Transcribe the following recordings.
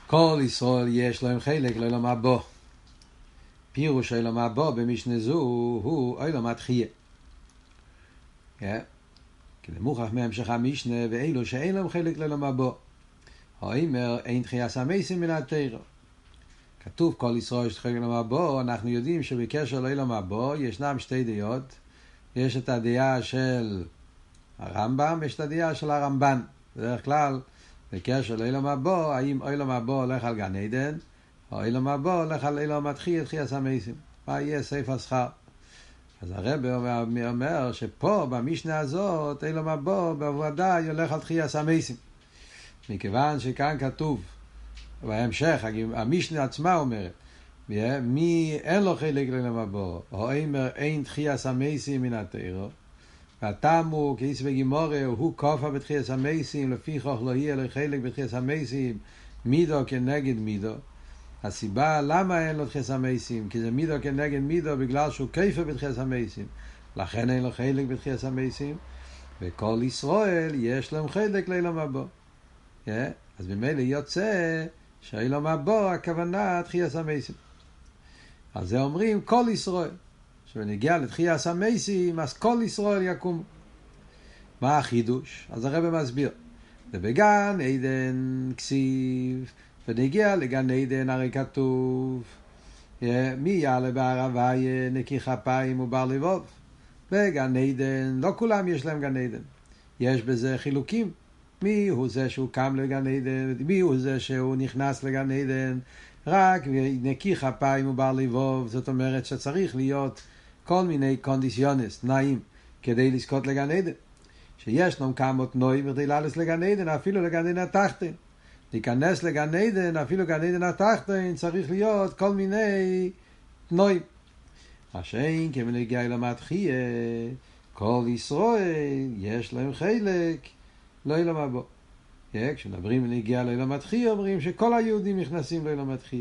כל ישראל יש להם חלק לעולם הבא. פירוש עולם הבא במשנה זו הוא עולם התחייה. כי למוכח מהמשך המשנה ואילו שאין להם חלק לעולם הבא. האומר אין תחיית המתים מן התורה. כתוב כל ישראל יש חלק לעולם הבא, אנחנו יודעים שבקשר לעולם הבא ישנם שתי דעות. יש את הדעה של הרמב"ם ויש את הדעה של הרמב"ן. בדרך כלל בקשר לעולם הבא, האם עולם הבא הולך על גן עדן או עולם הבא הולך על עולם התחייה, תחיית המתים. מה יהיה סעיף השכר? אז הרב אומר שפה במשנה הזאת עולם הבא בוודאי הולך על תחיית המתים, מכיוון שכאן כתוב בהמשך המשנה עצמה אומרת מי אין לו חלק לעולם הבא, או אין תחיית המתים מן התורה, והטעם הוא כאיס בגימורה הוא כופר בתחיית המתים, לפי כך לא יהיה לו חלק בתחיית המתים, מידו כנגד מידו. הסיבה למה אין לו תחיית המתים, כי זה מידו כנגד מידו, בגלל שהוא כופר בתחיית המתים, לכן אין לו חלק בתחיית המתים. וכל ישראל יש להם חלק לעולם הבא. אז במילא יוצא שהעולם הבא הכוונה תחיית המתים. אז זה אומרים כל ישראל, כשנגיע לתחיית המתים אז כל ישראל יקום. מה החידוש? אז הרב מסביר, ובגן עדן כסיב, ונגיע לגן עדן הרי כתוב מי יעלה בערבה נקי כפיים ובר לבוב. בגן עדן לא כולם יש להם גן עדן, יש בזה חילוקים. מי הוא זה שהוא קם לגן עדן, מי הוא זה שהוא נכנס לגן עדן. רק נקי כפיים ובר לבוב, זאת אומרת שצריך להיות כל מיני קונדיציונס, תנאים, כדי לזכות לגן עדן. שישנם כמה תנאים כדי לעלות לגן עדן, אפילו לגן עדן התחתון. להיכנס לגן עדן, אפילו לגן עדן התחתון, צריך להיות כל מיני תנאים. השאין כמנהיגי עולם התחייה, כל ישראל יש להם חלק לעולם הבא. כשמדברים ונגיע לעולם התחייה, אומרים שכל היהודים נכנסים לעולם התחייה.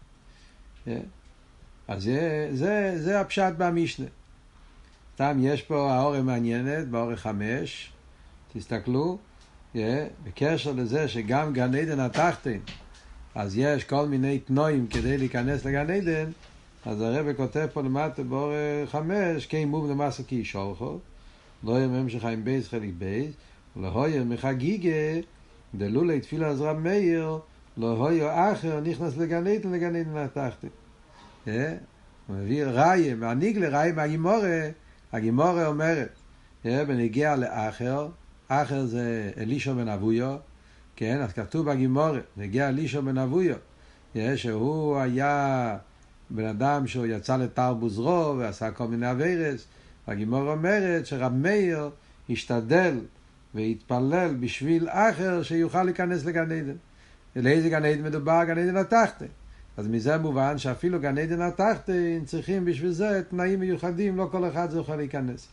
אז זה הפשט במשנה. סתם יש פה האורה מעניינת, באורה 5, תסתכלו, בקשר לזה שגם גן עדן התחתון, אז יש כל מיני תנועים כדי להיכנס לגן עדן. אז הרב כותב פה למטה באורה 5, כי מוב למעשה כי ישולחו, לא ימם שחיים בייס חלק בייס, לא היה מחגיגה, דלולי תפילה עזרא מאיר, לא היה אחר נכנס לגן עדן התחתון. הוא מביא ראיה, מעניג לראיה מהגימורה. הגימורה אומרת, בנגיע לאחר, אחר זה אלישע בן אבויו, כן, אז כתוב בגימורה, נגיע אלישע בן אבויו, שהוא היה בן אדם שהוא יצא לתרבוס רוב ועשה כל מיני עבירות. הגימורה אומרת שרב מאיר השתדל והתפלל בשביל אחר שיוכל להיכנס לגן עדן. לאיזה גן עדן מדובר? גן עדן התחתון. אז מזה מובן שאפילו גן עדן התחתון צריכים בשביל זה תנאים מיוחדים, לא כל אחד זוכה להיכנס.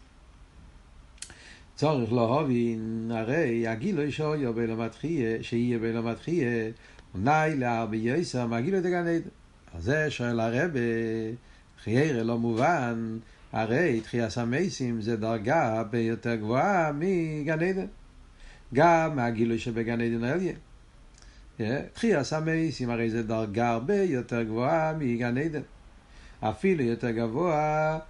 צורך לא הבין, הרי הגילוי שיהיה בעולם התחייה, עוני להרבה יסר מהגילוי דגן עדן. אז זה שואל הרב, חיירה לא מובן, הרי תחיית המתים זה דרגה ביותר גבוהה מגן עדן, גם מהגילוי שבגן עדן העליון. תחיית המתים הרי זה דרגה הרבה יותר גבוהה מגן עדן, אפילו יותר גבוה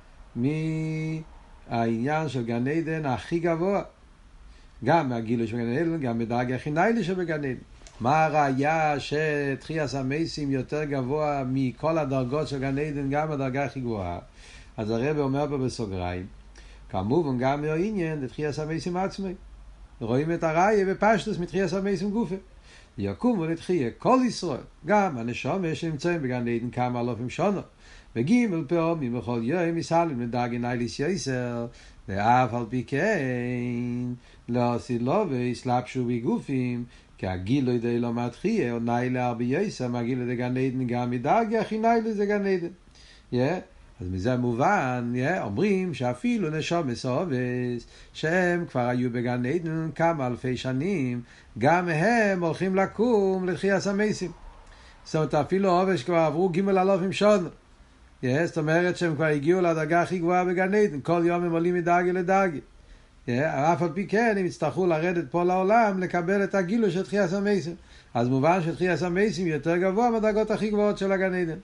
מהעניין של גן עדן הכי גבוה, גם מהגילוי שבגן עדן, גם בדרגה הכי נעלה שבגן עדן. מה הראיה שתחיית המתים יותר גבוה מכל הדרגות של גן עדן, גם הדרגה הכי גבוהה? אז הרב אומר פה בסוגריים, כמובן גם מהעניין לתחיית המתים עצמי, רואים את הראיה בפשטוס מתחיית המתים גופה. יקום ולתחייה כל ישראל, גם הנשמה שנמצאים בגן עדן כמה אלפים שנה, וגימל פעמים בכל יום יסלם לדרגה נעלית יסר, ואף על פי כן לא עשילו ויסלבשו בגופים, כי הגילוי די לא מתחייה, או נעלה הרבה יסר, מהגילוי דגן עדן גם מדרגה הכי נעלה זה גן עדן. אז מזה מובן, אומרים שאפילו נשמה סובס, שהם כבר היו בגן עדן כמה אלפי שנים, גם הם הולכים לקום לתחיית המתים. זאת אומרת, אפילו עובש כבר עברו ג' אלפים שנה. זאת אומרת שהם כבר הגיעו לדרגה הכי גבוהה בגן עדן, כל יום הם עולים מדרגה לדרגה. אף על פי כן הם יצטרכו לרדת פה לעולם לקבל את הגילוי של תחיית המתים. אז מובן שתחייה סמייסים יותר גבוה מהדרגות הכי גבוהות של הגן עדן.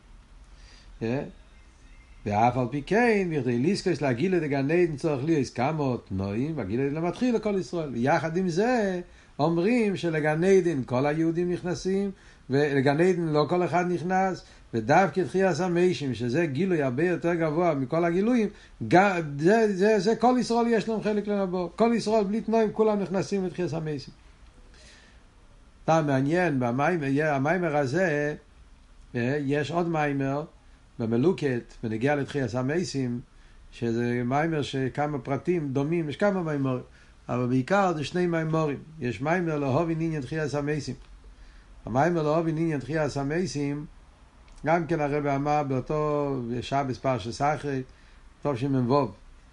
ואף על פי כן, בכדי ליסקוס להגיל את הגן עדן צורך להיות כמה תנועים, והגיל עדן לא מתחיל לכל ישראל. יחד עם זה, אומרים שלגן עדן כל היהודים נכנסים, ולגן עדן לא כל אחד נכנס, ודווקא תחייה סמייסים, שזה גילוי הרבה יותר גבוה מכל הגילויים, זה כל ישראל יש להם חלק לנבוא. כל ישראל בלי תנועים, כולם נכנסים לתחייה סמייסים. סתם מעניין, במיימר הזה, יש עוד מיימר, במלוקת, ונגיע לתחייה סמייסים, שזה מיימר שכמה פרטים דומים, יש כמה מיימורים, אבל בעיקר זה שני מיימורים. יש מיימר להובין עניין תחייה סמייסים. המיימר להובין עניין תחייה סמייסים, גם כן הרב אמר באותו שבס פרשת אחרי, טוב שמנבוב.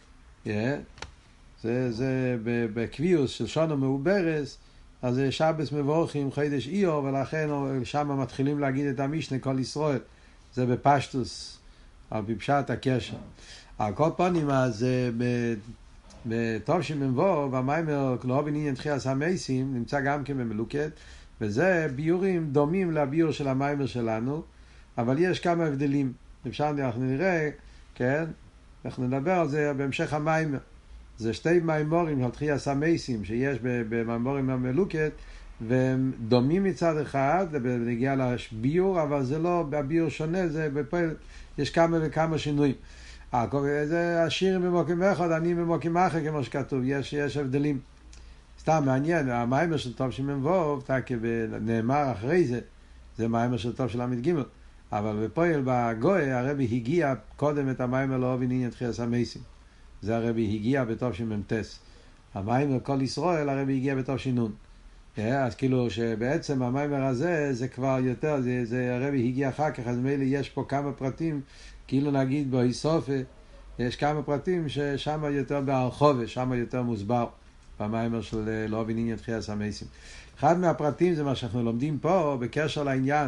זה בקביעוס של שונו מעוברס, אז זה שבס מבורכים חודש איור, ולכן שם מתחילים להגיד את המשנה כל ישראל. זה בפשטוס, על פשט הקשר. על כל פנים, אז בטוב שמנבוב, המיימר לא בעניין תחייה סמייסים, נמצא גם כן במלוקת, וזה ביורים דומים לביור של המיימר שלנו, אבל יש כמה הבדלים. אפשר, אנחנו נראה, כן? אנחנו נדבר על זה בהמשך המיימר. זה שתי מיימורים על תחייה סמייסים שיש במיימורים המלוקת, והם דומים מצד אחד, בנגיע לביור, אבל זה לא, בביור שונה, זה בפועל, יש כמה וכמה שינויים. זה השירים במוקים אחד, אני במוקים אחר, כמו שכתוב, יש הבדלים. סתם מעניין, המיימר של טוב שמנבוב, נאמר אחרי זה, זה מיימר של טוב של עמית ג', אבל בפועל בגוי, הרבי הגיע קודם את המיימר להובין עניין תחייה סמייסים. זה הרבי הגיע בטוב שממתס. המיימר כל ישראל, הרבי הגיע בטוב שינון. אז כאילו שבעצם המיימר הזה זה כבר יותר, זה הרבי הגיע אחר כך, אז מילא יש פה כמה פרטים, כאילו נגיד באיסופה, יש כמה פרטים ששם יותר בהרחובה, שם יותר מוסבר, במיימר של לא להובין עניין תחייה סמייסים. אחד מהפרטים זה מה שאנחנו לומדים פה, בקשר לעניין,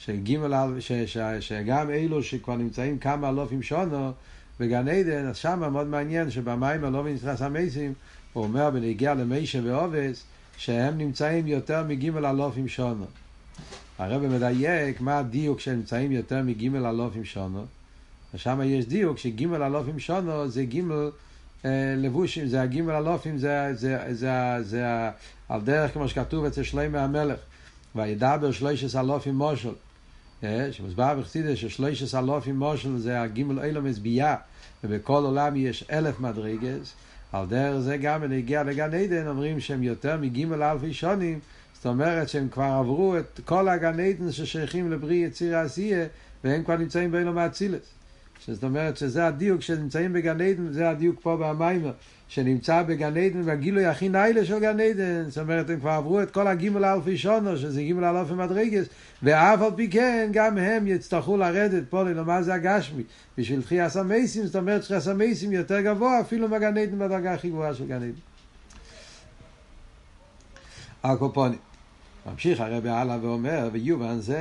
שגם אלו שכבר נמצאים כמה אלופים שונו, בגן עדן, אז שם מאוד מעניין שבמיימר לא להובין תחייה סמייסים, הוא אומר בנגיע למיישה ועובס, שהם נמצאים יותר מגימל אלופים שונו. הרב מדייק מה הדיוק שנמצאים יותר מגימל אלופים שונו. ושם יש דיוק שגימל אלופים שונו זה גימל לבושים, זה הגימל אלופים, זה על דרך כמו שכתוב אצל שלמה המלך, וידבר 13 אלופים מושל. שמוסבר בחסידות ש13 אלופים מושל זה הגימל אילומס ביה, ובכל עולם יש 1000 מדרגות. על דרך זה גם בנגיע לגן עדן אומרים שהם יותר מגימל אלפי שונים, זאת אומרת שהם כבר עברו את כל הגן עדן ששייכים לבריא יציר העשייה, והם כבר נמצאים באילום האצילס. זאת אומרת שזה הדיוק שנמצאים בגן עדן, זה הדיוק פה במיימר, שנמצא בגן עדן והגילוי הכי נעלה של גן עדן. זאת אומרת הם כבר עברו את כל הגימל אלפי שונו, שזה גימל אלפי מדרגס, ואף על פי כן גם הם יצטרכו לרדת פה למה זה הגשמי בשביל תחייה סמייסים. זאת אומרת תחייה סמייסים יותר גבוה אפילו מהגן עדן בדרגה הכי גבוהה של גן עדן. הקופונים ממשיך הרבי הלאה ואומר, ויובן זה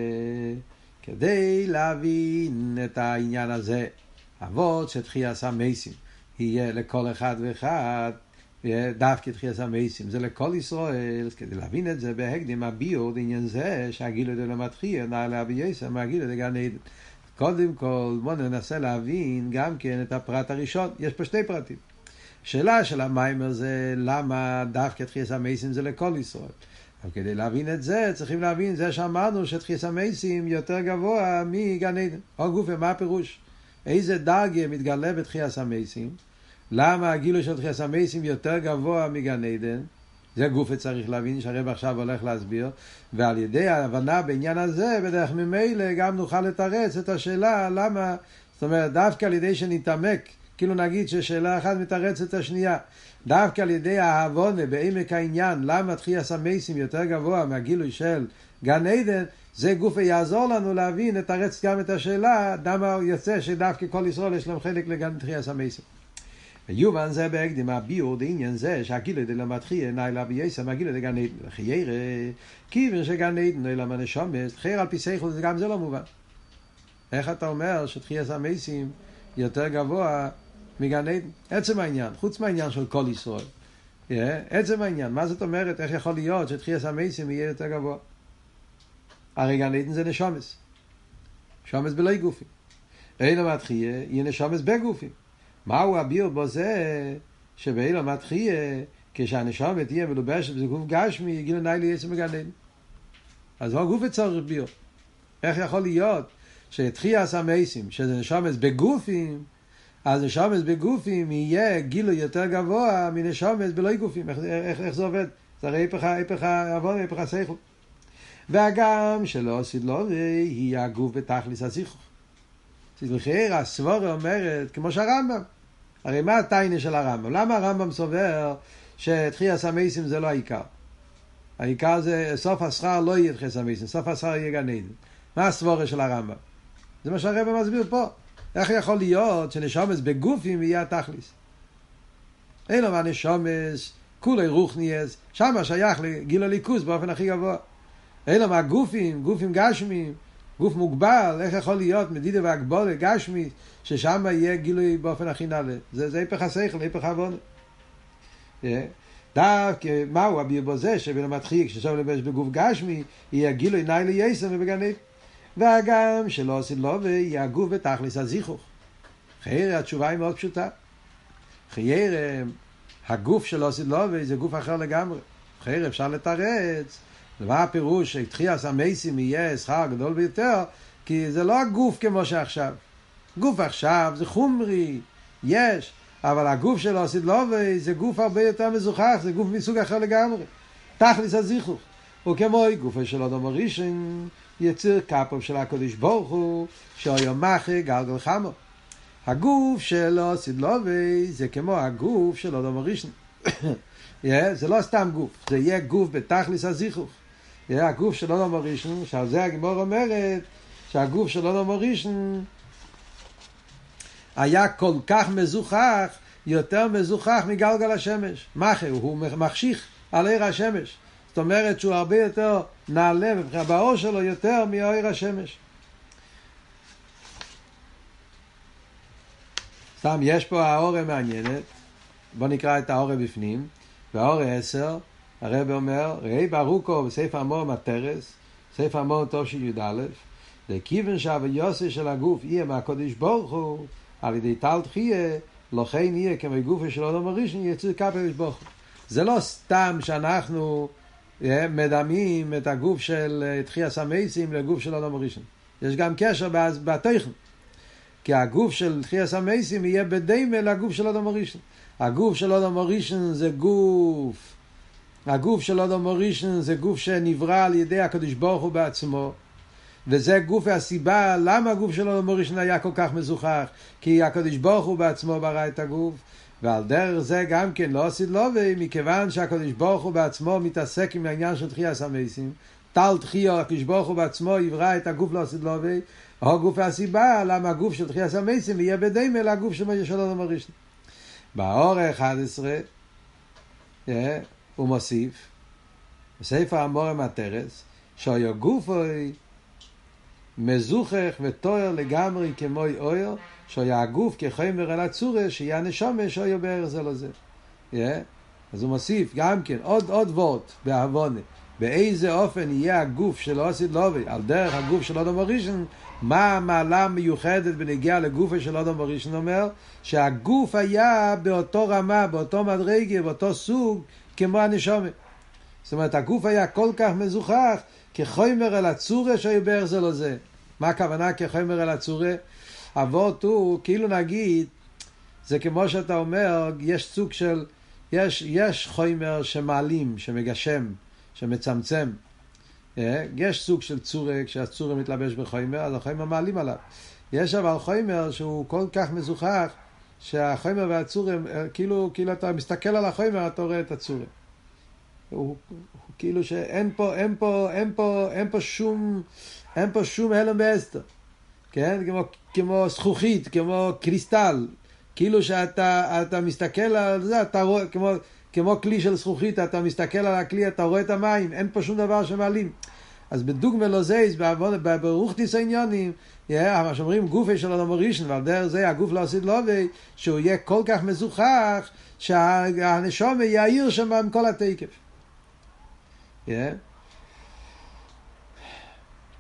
כדי להבין את העניין הזה, אבות שתחייה סמייסים יהיה לכל אחד ואחד, דווקא תחייה סמייסים זה לכל ישראל. אז כדי להבין את זה בהקדם הביור עניין זה שהגילוי דלמתחייה נעלה אבייסר מהגילוי לגן עדן. קודם כל בוא ננסה להבין גם כן את הפרט הראשון. יש פה שתי פרטים. שאלה של המיימר זה למה דווקא תחייה סמייסים זה לכל ישראל. אבל כדי להבין את זה צריכים להבין זה שאמרנו שתחייה סמייסים יותר גבוה מגן עדן. או גופה, מה הפירוש? איזה דרגה מתגלה בתחייה סמייסים? למה הגילוי של תחייה סמייסים יותר גבוה מגן עדן? זה גופה צריך להבין, שהרב עכשיו הולך להסביר, ועל ידי ההבנה בעניין הזה בדרך ממילא גם נוכל לתרץ את השאלה למה, זאת אומרת דווקא על ידי שנתעמק, כאילו נגיד ששאלה אחת מתרץ את השנייה, דווקא על ידי ההבונה בעמק העניין למה תחייה סמייסים יותר גבוה מהגילוי של גן עדן, זה גופה יעזור לנו להבין, לתרץ גם את השאלה למה יוצא שדווקא כל ישראל יש להם חלק לגן תחייה סמייסים. ויובן זה בהקדם הביור דעניין זה שהגילוי דלמתחייה נעלה אבייסר מהגילוי לגן עדן. לחיירא כיוון שגן עדן עולם הנשומות, חייר על פי שכל, גם זה לא מובן. איך אתה אומר שתחייה סמייסים יותר גבוה מגן עדן? עצם העניין, חוץ מהעניין של כל ישראל, עצם העניין, מה זאת אומרת, איך יכול להיות שתחייה סמייסים יהיה יותר גבוה? הרי גן עדן זה נשומס. נשומס בלא גופים. אילו מתחיה יהיה נשומס בגופים. מהו הביור בו זה שבאילו מתחיה כשהנשומת תהיה מלובשת בגוף גשמי יגיע לנאי יצא מגן עדן. אז הוא גוף צריך ביור. איך יכול להיות שתחיית המייסים שזה נשומס בגופים, אז נשומס בגופים יהיה גילוי יותר גבוה מנשומס בלא גופים? איך זה עובד? זה הרי היפך העבוד, היפך השכל. והגם שלא עשית לו היא הגוף בתכליס הזיכוך. לכאורה הסבורה אומרת כמו שהרמב"ם. הרי מה התיינה של הרמב"ם? למה הרמב"ם סובר שתחיית המייסים זה לא העיקר? העיקר זה סוף השכר לא יהיה תחיית המייסים, סוף השכר יהיה גן עדן. מה הסבורה של הרמב"ם? זה מה שהרמב"ם מסביר פה. איך יכול להיות שנשומס בגופים יהיה התכליס? אין לו מה נשומס כולי רוחניאס, שם שייך לגיל הליכוס באופן הכי גבוה. אין לו מה גופים, גופים גשמיים, גוף מוגבל, איך יכול להיות מדידה והגבולה גשמי ששם יהיה גילוי באופן הכי נעלה? זה היפך השכל, היפך העוונה. דווקא מהו הביר בו זה שבין המתחיל כששוב לבש בגוף גשמי יהיה גילוי נעלה יסר ובגן עדן. והגם שלא עשית לו ויהיה הגוף בתכליס הזיכוך. חייר התשובה היא מאוד פשוטה. חייר הגוף שלא עשית לו זה גוף אחר לגמרי. חייר אפשר לתרץ מה הפירוש שתחיית המייסים יהיה שכר גדול ביותר, כי זה לא הגוף כמו שעכשיו. גוף עכשיו זה חומרי, יש, אבל הגוף שלא עשית לו זה גוף הרבה יותר מזוכח, זה גוף מסוג אחר לגמרי. תכליס הזיכוך. וכמו גופו של אדם הראשון יציר כפיו של הקדוש ברוך הוא שהיום מאחר גלגל חמו. הגוף שלו סדלובי זה כמו הגוף של אדם הראשון. זה לא סתם גוף, זה יהיה גוף בתכליס הזיכוך. הגוף של אדם הראשון, שעל זה הגמרא אומרת שהגוף של אדם הראשון היה כל כך מזוכח, יותר מזוכח מגלגל השמש. מאחר, הוא מחשיך על עיר השמש. זאת אומרת שהוא הרבה יותר נעלה באור שלו יותר מאור השמש. סתם יש פה האור מעניינת. בוא נקרא את האור בפנים. והאור 10 הרב אומר ראי ברוקו בספר המור מטרס ספר המור טוב של י"א לכיוון שהוויוסה של הגוף יהיה מהקדוש ברוך הוא על ידי טל תחייה לכן יהיה כמו גופו של אדם הראשון יציר כפיו ברוך הוא. זה לא סתם שאנחנו מדמים את הגוף של תחיית המייסים לגוף של אדם הראשון. יש גם קשר בתוכן. כי הגוף של תחיית המייסים יהיה בדומה לגוף של אדם הראשון. הגוף של אדם הראשון זה גוף. הגוף של אדם הראשון זה גוף שנברא על ידי הקדוש ברוך הוא בעצמו. וזה גוף הסיבה למה הגוף של אדם הראשון היה כל כך מזוכח. כי הקדוש ברוך הוא בעצמו ברא את הגוף. ועל דרך זה גם כן לא עשית לו מכיוון שהקדוש ברוך הוא בעצמו מתעסק עם העניין של תחיית המייסים. טל תחייה, הקדוש ברוך הוא בעצמו יברא את הגוף לא עשית לו או גוף הסיבה למה הגוף של תחיית המייסים יהיה בדומה לגוף של אדם הראשון. באור 11 הוא מוסיף בספר המור מטרס שהיה גופו מזוכח ותואר לגמרי כמו אויר שהיה הגוף כחומר על הצורה שיהיה נשמה שהיה בערך זה לזה. אז הוא מוסיף גם כן עוד וורט בהבונה באיזה אופן יהיה הגוף של עשית לובי על דרך הגוף של אדם הראשון. מה המעלה מיוחדת בנגיעה לגופו של אדם הראשון? אומר שהגוף היה באותו רמה, באותו מדרגה, באותו סוג כמו הנשמה. זאת אומרת הגוף היה כל כך מזוכח כחומר על הצורה שהיה בערך זה לזה. מה הכוונה כחומר על הצורה? אבות הוא כאילו נגיד זה כמו שאתה אומר יש סוג של יש חומר שמעלים, שמגשם, שמצמצם. יש סוג של צורה, כשהצורה מתלבש בחומר אז החומר מעלים עליו. יש אבל חומר שהוא כל כך מזוכח שהחומר והצורה כאילו אתה מסתכל על החומר אתה רואה את הצורה. הוא כאילו שאין פה שום הלם באסתר. כן? כמו זכוכית, כמו קריסטל. כאילו שאתה מסתכל על זה, אתה רואה, כמו כלי של זכוכית, אתה מסתכל על הכלי, אתה רואה את המים, אין פה שום דבר שמעלים. אז בדוגמה לא זה, ברוחניס העניונים, מה שאומרים גופה של אדם הראשון, ועל דרך זה הגוף לא עשית לו, שהוא יהיה כל כך מזוכח, שהנשום יאיר שם עם כל התקף.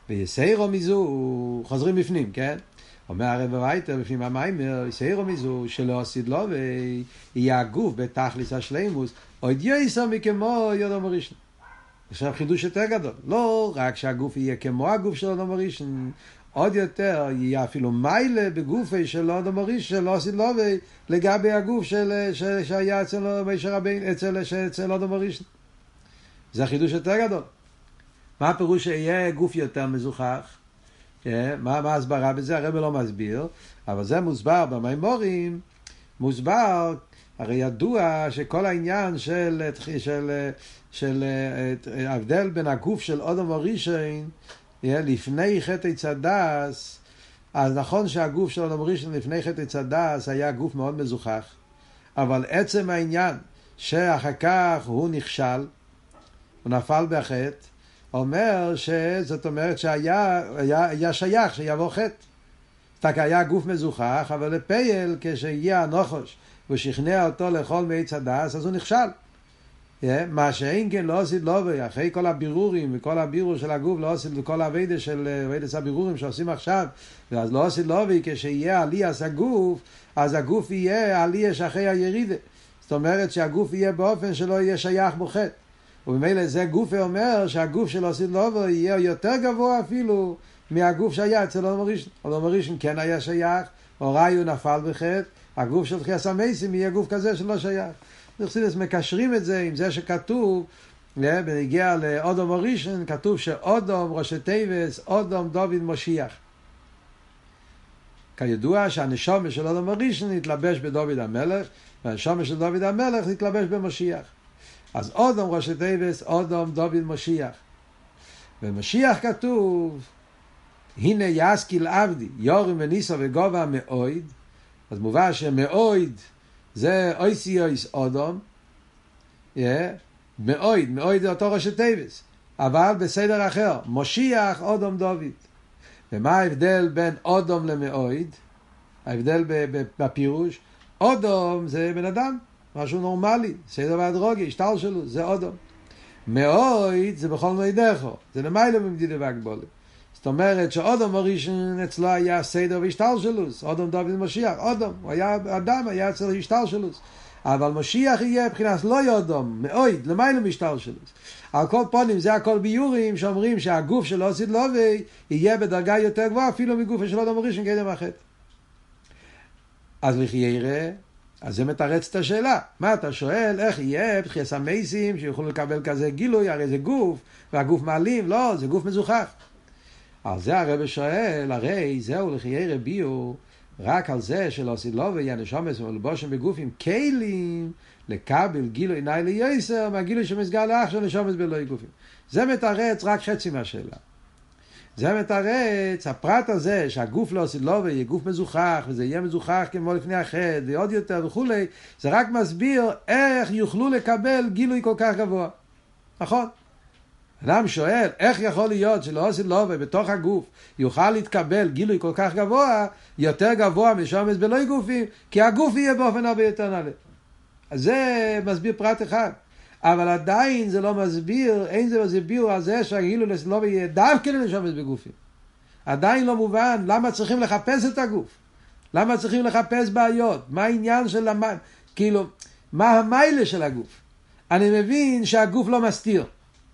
ויסיירו מזו, חוזרים בפנים, כן? אומר הרב וייטר בפנים המיימר, יסיירו מזו, שלא עשית לו, ויהיה הגוף בתכליס השלימוס, עוד יסר מכמו יודום הראשון. עכשיו חידוש יותר גדול, לא רק שהגוף יהיה כמו הגוף של אדם הראשון, עוד יותר יהיה אפילו מיילה בגופי של אדם הראשון, שלא עשית לו, לגבי הגוף שהיה אצל משה רבינו, אצל אדם הראשון. זה החידוש יותר גדול. מה הפירוש שיהיה גוף יותר מזוכח? מה ההסברה בזה? הרב לא מסביר, אבל זה מוסבר במיימורים, מוסבר, הרי ידוע שכל העניין של ההבדל בין הגוף של אדם הראשון לפני חטא עץ הדס, אז נכון שהגוף של אדם הראשון לפני חטא עץ הדס היה גוף מאוד מזוכח, אבל עצם העניין שאחר כך הוא נכשל, הוא נפל בחטא, אומר שזאת אומרת שהיה שייך שיבוא חטא. רק היה גוף מזוכח, אבל לפייל כשיהיה הנוחש ושכנע אותו לאכול מעץ הדס, אז הוא נכשל. מה שאין כן לא עשית לו, אחרי כל הבירורים וכל הבירור של הגוף לא עשית, וכל הוידה של ויידס הבירורים שעושים עכשיו, ואז לא עשית לו, כשיהיה עליאס הגוף, אז הגוף יהיה עליאס אחרי הירידה. זאת אומרת שהגוף יהיה באופן שלא יהיה שייך בו חטא. ובמילא זה גוף אומר שהגוף של עשית לו יהיה יותר גבוה אפילו מהגוף שהיה אצל אדם הראשון. אדם הראשון כן היה שייך, הוראי הוא נפל בחטא, הגוף של תחיית המתים יהיה גוף כזה שלא שייך. חסידות מקשרים את זה עם זה שכתוב, בנגיע לאדם הראשון, כתוב שאדם ראשי תיבס, אדם דוד משיח. כידוע שהנשמה של אדם הראשון התלבש בדוד המלך, והנשמה של דוד המלך התלבש במשיח. אז אדם ראשי תיבס, אדם דוד משיח. במשיח כתוב, הנה יסקיל עבדי, יורם וניסו וגובה מאויד. אז מובן שמאויד זה אויסי אויס אדם, מאויד זה אותו ראשי תיבס, אבל בסדר אחר, משיח אדם דוד. ומה ההבדל בין אדם למאויד? ההבדל בפירוש, אדם זה בן אדם, משהו נורמלי, סדר והדרוגי, השטל שלו, זה אדם. מאויד זה בכל מידךו, זה למיילו במדידה והגבולה. זאת אומרת שאדם הראשון אצלו היה סדר והשטל שלו, אדם דוד משיח, אדם, הוא היה אדם, היה אצל השטל שלו. אבל משיח יהיה מבחינת לא יודום, מאויד, למיילו משטל שלו. על כל פונים זה הכל ביורים שאומרים שהגוף של עשית לובי יהיה בדרגה יותר גבוהה אפילו מגוף של אדם הראשון קדם החטא. אז לכי יראה, אז זה מתרץ את השאלה. מה אתה שואל? איך יהיה בתחיית המתים שיוכלו לקבל כזה גילוי? הרי זה גוף, והגוף מעלים, לא, זה גוף מזוכח. על זה הרב שואל, הרי זהו לכי יראה ביור, רק על זה שלא עשית לו ויהיה נשומס ומלבושם בגופים כלים לקבל גילוי נאי ליוסר מהגילוי שמסגר לאח של נשומס בלוי גופים. זה מתרץ רק חצי מהשאלה. זה מתרץ, הפרט הזה שהגוף לא עשית לו ויהיה גוף מזוכח וזה יהיה מזוכח כמו לפני החטא ועוד יותר וכו', זה רק מסביר איך יוכלו לקבל גילוי כל כך גבוה. נכון? אדם שואל, איך יכול להיות שלא עשית לו ובתוך הגוף יוכל להתקבל גילוי כל כך גבוה, יותר גבוה משומס בלוי גופים, כי הגוף יהיה באופן הרבה יותר נעלה. אז זה מסביר פרט אחד. אבל עדיין זה לא מסביר, אין זה מסביר על זה שהגילוי לא יהיה דווקא לנשומס בגופים. עדיין לא מובן למה צריכים לחפש את הגוף. למה צריכים לחפש בעיות. מה העניין של כאילו, מה המיילה של הגוף. אני מבין שהגוף לא מסתיר.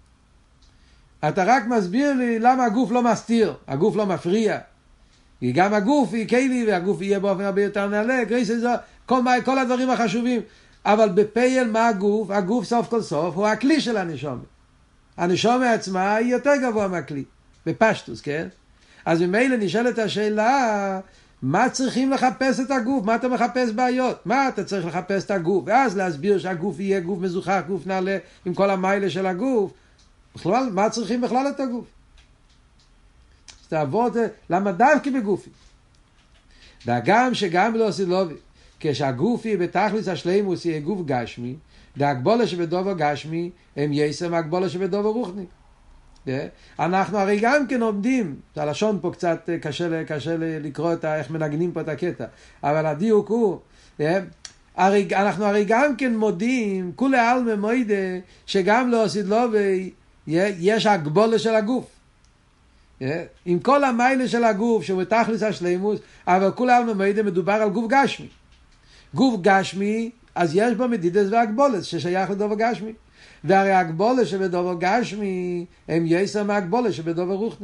אתה רק מסביר לי למה הגוף לא מסתיר, הגוף לא מפריע. כי גם הגוף יהיה כלי והגוף יהיה באופן הרבה יותר נעלה, כל הדברים החשובים. אבל בפייל מה הגוף? הגוף סוף כל סוף הוא הכלי של הנשמה. הנשמה עצמה היא יותר גבוה מהכלי. בפשטוס, כן? אז ממילא נשאלת השאלה, מה צריכים לחפש את הגוף? מה אתה מחפש בעיות? מה אתה צריך לחפש את הגוף? ואז להסביר שהגוף יהיה גוף מזוכח, גוף נעלה עם כל המיילה של הגוף. בכלל, מה צריכים בכלל את הגוף? אז תעבוד, למה דווקא בגופי? והגם שגם לא עשית לובי, כשהגוף יהיה בתכלס השלימוס יהיה גוף גשמי, והגבולה שבדובר גשמי הם יסר מהגבולה שבדובר רוחני. אנחנו הרי גם כן עומדים, הלשון פה קצת קשה לקרוא איך מנגנים פה את הקטע, אבל הדיוק הוא, אנחנו הרי גם כן מודים, כולי אלמה מוידה, שגם לא עשית לו ויש הגבולה של הגוף. עם כל המיילה של הגוף שהוא תכלס השלימוס, אבל כולם ממילא מדובר על גוף גשמי. גוף גשמי, אז יש בו מדידס והגבולס ששייך לדובר גשמי. והרי הגבולס שבדובר גשמי הם יסר מהגבולס שבדובר רוחני.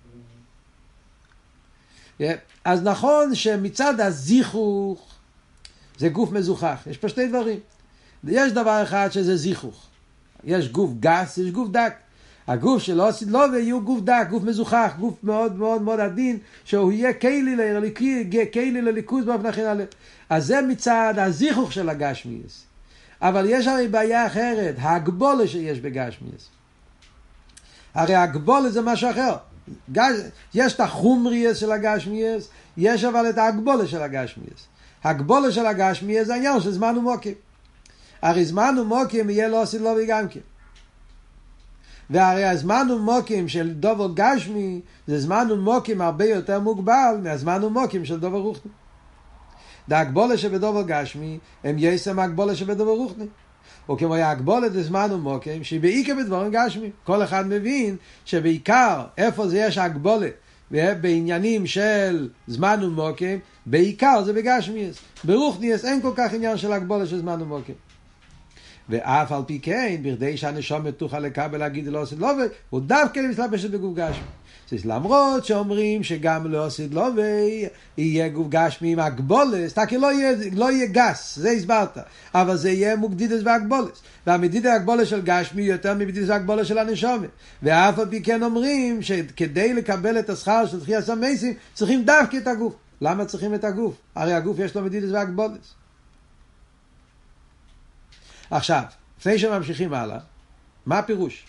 אז נכון שמצד הזיכוך זה גוף מזוכח. יש פה שתי דברים. יש דבר אחד שזה זיכוך. יש גוף גס, יש גוף דק. הגוף שלא עשית לו ויהיו גוף דק, גוף מזוכח, גוף מאוד מאוד מאוד עדין, שהוא יהיה כלי לליכוז באופן הכי נעלה. אז זה מצד הזיכוך של הגשמיאס. אבל יש הרי בעיה אחרת, ההגבולה שיש בגשמיאס. הרי ההגבולה זה משהו אחר. יש את החומריאס של הגשמיאס, יש אבל את ההגבולה של הגשמיאס. ההגבולה של הגשמיאס זה העניין של זמן ומוקים. הרי זמן ומוקים יהיה לא עשית לו וגם כן. והרי הזמן ומוקים של דובר גשמי זה זמן ומוקים הרבה יותר מוגבל מהזמן ומוקים של דובר רוחני. ההגבולה שבדובר גשמי הם יסם ההגבולה שבדובר רוחני. וכמו ההגבולה זה זמן ומוקים שבעיקר בדברים גשמי. כל אחד מבין שבעיקר איפה זה יש הגבולה בעניינים של זמן ומוקים, בעיקר זה בגשמי. ברוחני אין כל כך עניין של הגבולה של זמן ומוקים. ואף על פי כן, בכדי שהנשמה תוכל לקבל להגיד לא עשית לובי, הוא דווקא מתלבשת בגוף גשמי. למרות שאומרים שגם לא עשית לובי, יהיה גוף גשמי עם הגבולס, כי לא יהיה גס, זה הסברת. אבל זה יהיה מוקדידס והגבולס. והמדידת הגבולס של גשמי יותר ממדידת הגבולס של הנשמה. ואף על פי כן אומרים שכדי לקבל את השכר של תחיית המסים, צריכים דווקא את הגוף. למה צריכים את הגוף? הרי הגוף יש לו מדידת והגבולס. עכשיו, לפני שממשיכים הלאה, מה הפירוש?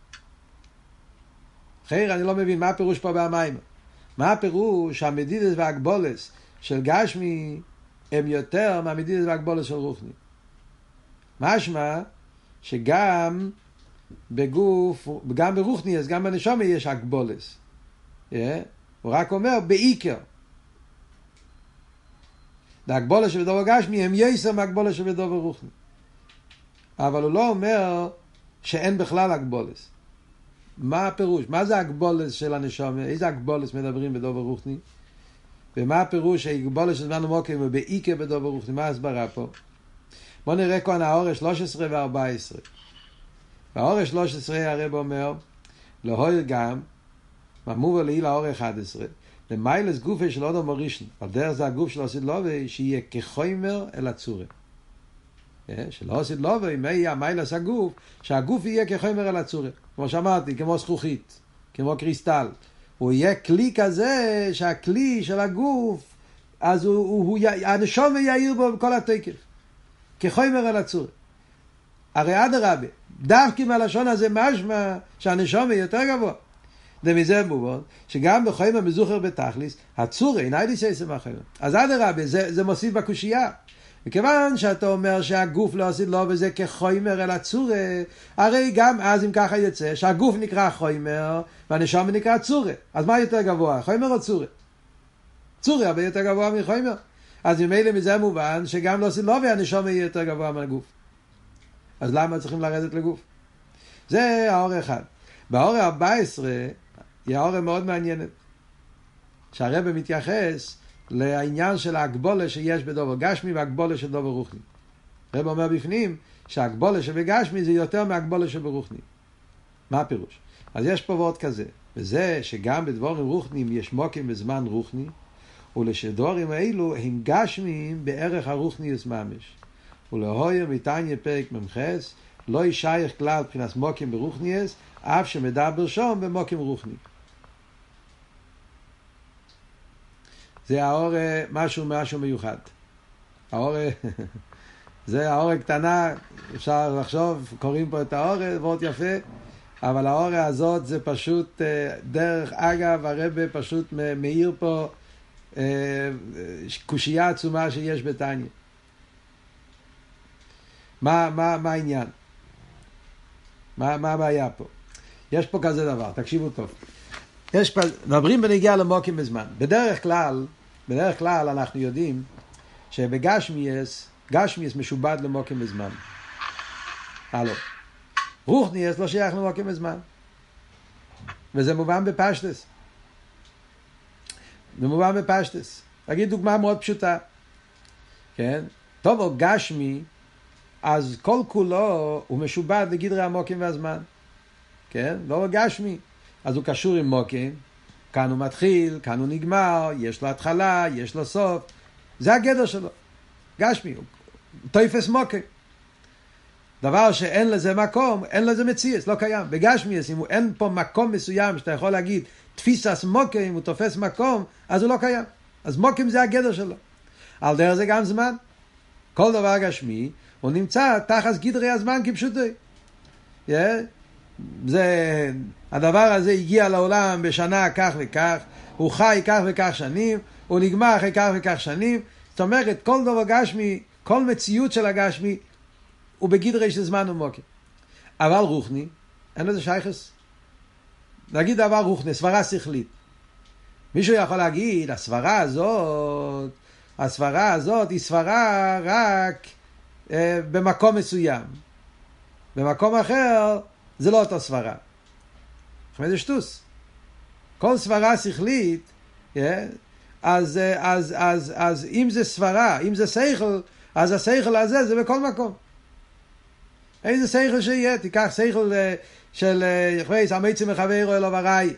אחר, אני לא מבין מה הפירוש פה במים. מה הפירוש שהמדידס והגבולס של גשמי הם יותר מהמדידס והגבולס של רוחני? משמע שגם בגוף, גם ברוחני, אז גם בנשמה יש הגבולס. הוא רק אומר בעיקר. ההגבולס שבדובר גשמי הם יסר מהגבולס שבדובר רוחני. אבל הוא לא אומר שאין בכלל הגבולס. מה הפירוש? מה זה הגבולס של הנשמה? איזה הגבולס מדברים בדובר רוחני? ומה הפירוש שהגבולס של זמן ומוקים ובעיקר בדובר רוחני? מה ההסברה פה? בואו נראה כאן האורש 13 ו-14. באורש 13 הרב אומר, להויר גם, מובא לעיל האור 11, למיילס גופה של אודם ורישן, על דרך זה הגוף של עשית לובי, שיהיה כחומר אל הצורה. שלא עשית לו וימי המיילס הגוף, שהגוף יהיה כחומר על הצורה. כמו שאמרתי, כמו זכוכית, כמו קריסטל. הוא יהיה כלי כזה, שהכלי של הגוף, אז הנשום יאיר בו בכל התקף. כחומר על הצורה. הרי אדרבה, דווקא מהלשון הזה משמע שהנשום יהיה יותר גבוה. ומזה מובן, שגם בחומר מזוכר בתכליס, הצורה, אינה דיסייסה מהחומר. אז אדרבה, זה מוסיף בקושייה. וכיוון שאתה אומר שהגוף לא עשית לו וזה כחומר אל הצורה, הרי גם אז אם ככה יצא שהגוף נקרא חומר והנשמה נקרא צורה. אז מה יותר גבוה, חומר או צורה? צורה הרבה יותר גבוה מחומר. אז ממילא מזה מובן שגם לא עשית לו והנשמה יהיה יותר גבוה מהגוף. אז למה צריכים לרדת לגוף? זה האור אחד. באור 14 היא האור מאוד מעניינת, שהרב מתייחס לעניין של ההגבולה שיש בדובר גשמי וההגבולה של דובר רוחני. הרב אומר בפנים שההגבולה שבגשמי זה יותר מההגבולה שברוחני. מה הפירוש? אז יש פה וורט כזה, וזה שגם בדבורים רוחניים יש מוקים בזמן רוחני, ולשדורים האלו הם גשמיים בערך הרוחני ממש. ולהויר מתניה פרק ממחס, לא ישייך כלל מבחינת מוקים ברוחניס, אף שמדבר שם במוקים רוחני. זה האור משהו מיוחד. האור, זה האור קטנה, אפשר לחשוב, קוראים פה את האור, וורט יפה, אבל האור הזאת זה פשוט, דרך אגב, הרב פשוט מאיר פה קושייה עצומה שיש בתניה. מה העניין? מה הבעיה פה? יש פה כזה דבר, תקשיבו טוב. מדברים בנגיעה למוקים בזמן. בדרך כלל אנחנו יודעים שבגשמיאס, גשמיאס משובד למוקים בזמן. הלו. רוחניאס לא שייך למוקים בזמן. וזה מובן בפשטס. במובן בפשטס. אגיד דוגמה מאוד פשוטה. כן? טוב או גשמי, אז כל כולו הוא משובד לגדרי המוקים והזמן. כן? לא גשמי. אז הוא קשור עם מוקים. כאן הוא מתחיל, כאן הוא נגמר, יש לו התחלה, יש לו סוף. זה הגדר שלו. גשמי. הוא תופס מוקים. דבר שאין לזה מקום, אין לזה מציאס, לא קיים. בגשמי, אם אין פה מקום מסוים שאתה יכול להגיד, תפיסס מוקים, הוא תופס מקום, אז הוא לא קיים. אז מוקים זה הגדר שלו. על דרך זה גם זמן. כל דבר גשמי, הוא נמצא תחת גדרי הזמן כפשוטו. הדבר הזה הגיע לעולם בשנה כך וכך, הוא חי כך וכך שנים, הוא נגמר אחרי כך וכך שנים. זאת אומרת, כל דבר גשמי, כל מציאות של הגשמי, הוא בגדרי של זמן ומוקים. אבל רוחני, אין לזה שייכס. נגיד דבר רוחני, סברה שכלית. מישהו יכול להגיד, הסברה הזאת היא סברה רק במקום מסוים. במקום אחר זה לא אותו סברה. זה שטוס. כל סברה שכלית, אז אם זה סברה, אם זה שכל, אז השכל הזה זה בכל מקום. איזה שכל שיהיה, תיקח שכל של יחוויס, המציא מחברו אלו וראי.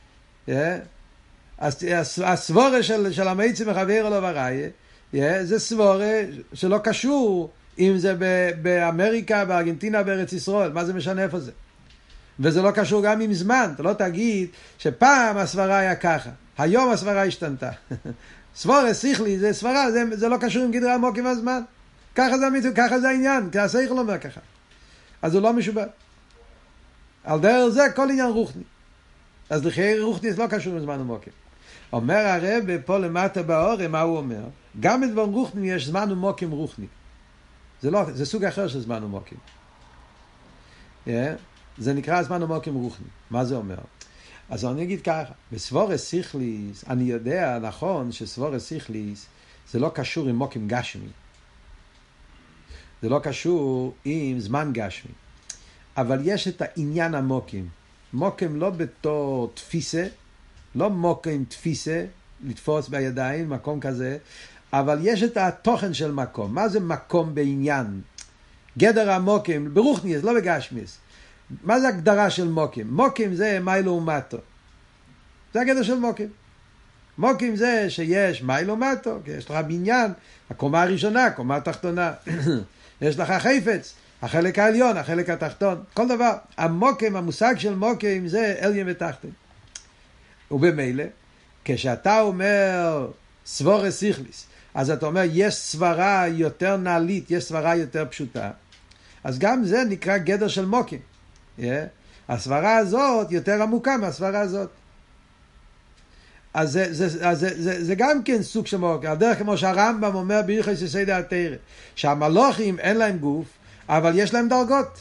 הסבורה של המציא מחברו אלו וראי, זה סבורה שלא קשור אם זה באמריקה, בארגנטינה, בארץ ישראל, מה זה משנה איפה זה. וזה לא קשור גם עם זמן, אתה לא תגיד שפעם הסברה היה ככה, היום הסברה השתנתה. סבורה שכלי זה סברה, זה לא קשור עם גדרי המוקים והזמן. ככה זה העניין, כי השכל אומר ככה. אז הוא לא משובד. על דרך זה כל עניין רוחני. אז לחיי רוחני זה לא קשור עם זמן ומוקים. אומר הרב פה למטה באור, מה הוא אומר? גם בדבר רוחני יש זמן ומוקים רוחני. זה סוג אחר של זמן ומוקים. זה נקרא זמן ומוקים רוחני. מה זה אומר? אז אני אגיד ככה, בסבורס סיכליס, אני יודע נכון שסבורס סיכליס זה לא קשור עם מוקים גשמי. זה לא קשור עם זמן גשמי. אבל יש את העניין המוקים. מוקים לא בתור תפיסה, לא מוקים תפיסה, לתפוס בידיים, מקום כזה, אבל יש את התוכן של מקום. מה זה מקום בעניין? גדר המוקים, ברוחניס, לא בגשמיס. מה זה הגדרה של מוקים? מוקים זה מיילו ומטו. זה הגדר של מוקים. מוקים זה שיש מיילו ומטו, יש לך בניין, הקומה הראשונה, הקומה התחתונה. יש לך חפץ, החלק העליון, החלק התחתון, כל דבר. המוקים, המושג של מוקים זה עליון ותחתון. ובמילא, כשאתה אומר סבורס סיכליס, אז אתה אומר יש סברה יותר נעלית, יש סברה יותר פשוטה, אז גם זה נקרא גדר של מוקים. הסברה הזאת יותר עמוקה מהסברה הזאת. אז זה גם כן סוג של מוקים. הדרך כמו שהרמב"ם אומר בהלכות יסודי התורה, שהמלאכים אין להם גוף, אבל יש להם דרגות.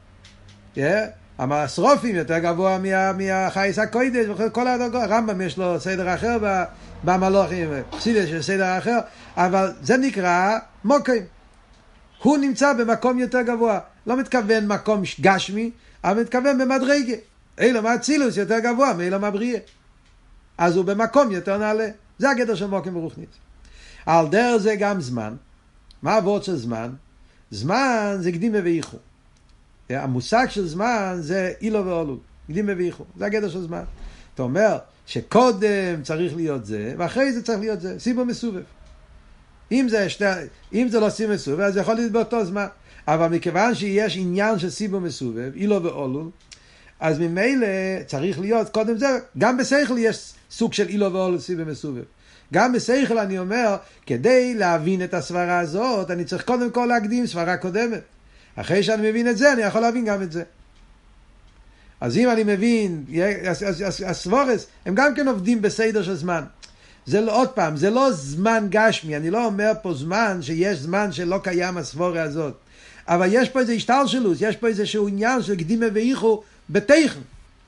השרופים יותר גבוה מהחייס הקודש, וכל הדרגות. הרמב"ם יש לו סדר אחר במלאכים, חסידות יש סדר אחר, אבל זה נקרא מוקים. הוא נמצא במקום יותר גבוה. לא מתכוון מקום גשמי, אבל מתכוון במדרגה. אילו מהצילוס יותר גבוה מאילו מהבריאה. אז הוא במקום יותר נעלה. זה הגדר של מוקים ברוחנית. על דרך זה גם זמן. מה העבוד של זמן? זמן זה קדימה ואיחור. המושג של זמן זה אילו ואולו. קדימה ואיחור. זה הגדר של זמן. אתה אומר שקודם צריך להיות זה, ואחרי זה צריך להיות זה. סיבו מסובב. אם זה לא סיבו מסובב, אז זה יכול להיות באותו זמן. אבל מכיוון שיש עניין של סיבו מסובב, אילו ואולו, אז ממילא צריך להיות קודם זה, גם בשכל יש סוג של אילו ואולו סיבו מסובב. גם בשכל אני אומר, כדי להבין את הסברה הזאת, אני צריך קודם כל להקדים סברה קודמת. אחרי שאני מבין את זה, אני יכול להבין גם את זה. אז אם אני מבין, הסבורס, הם גם כן עובדים בסדר של זמן. זה לא, עוד פעם, זה לא זמן גשמי, אני לא אומר פה זמן שיש זמן שלא קיים הסבורה הזאת. אבל יש פה איזה השתלשלות, יש פה איזשהו עניין של קדימה ואיחור בתכן.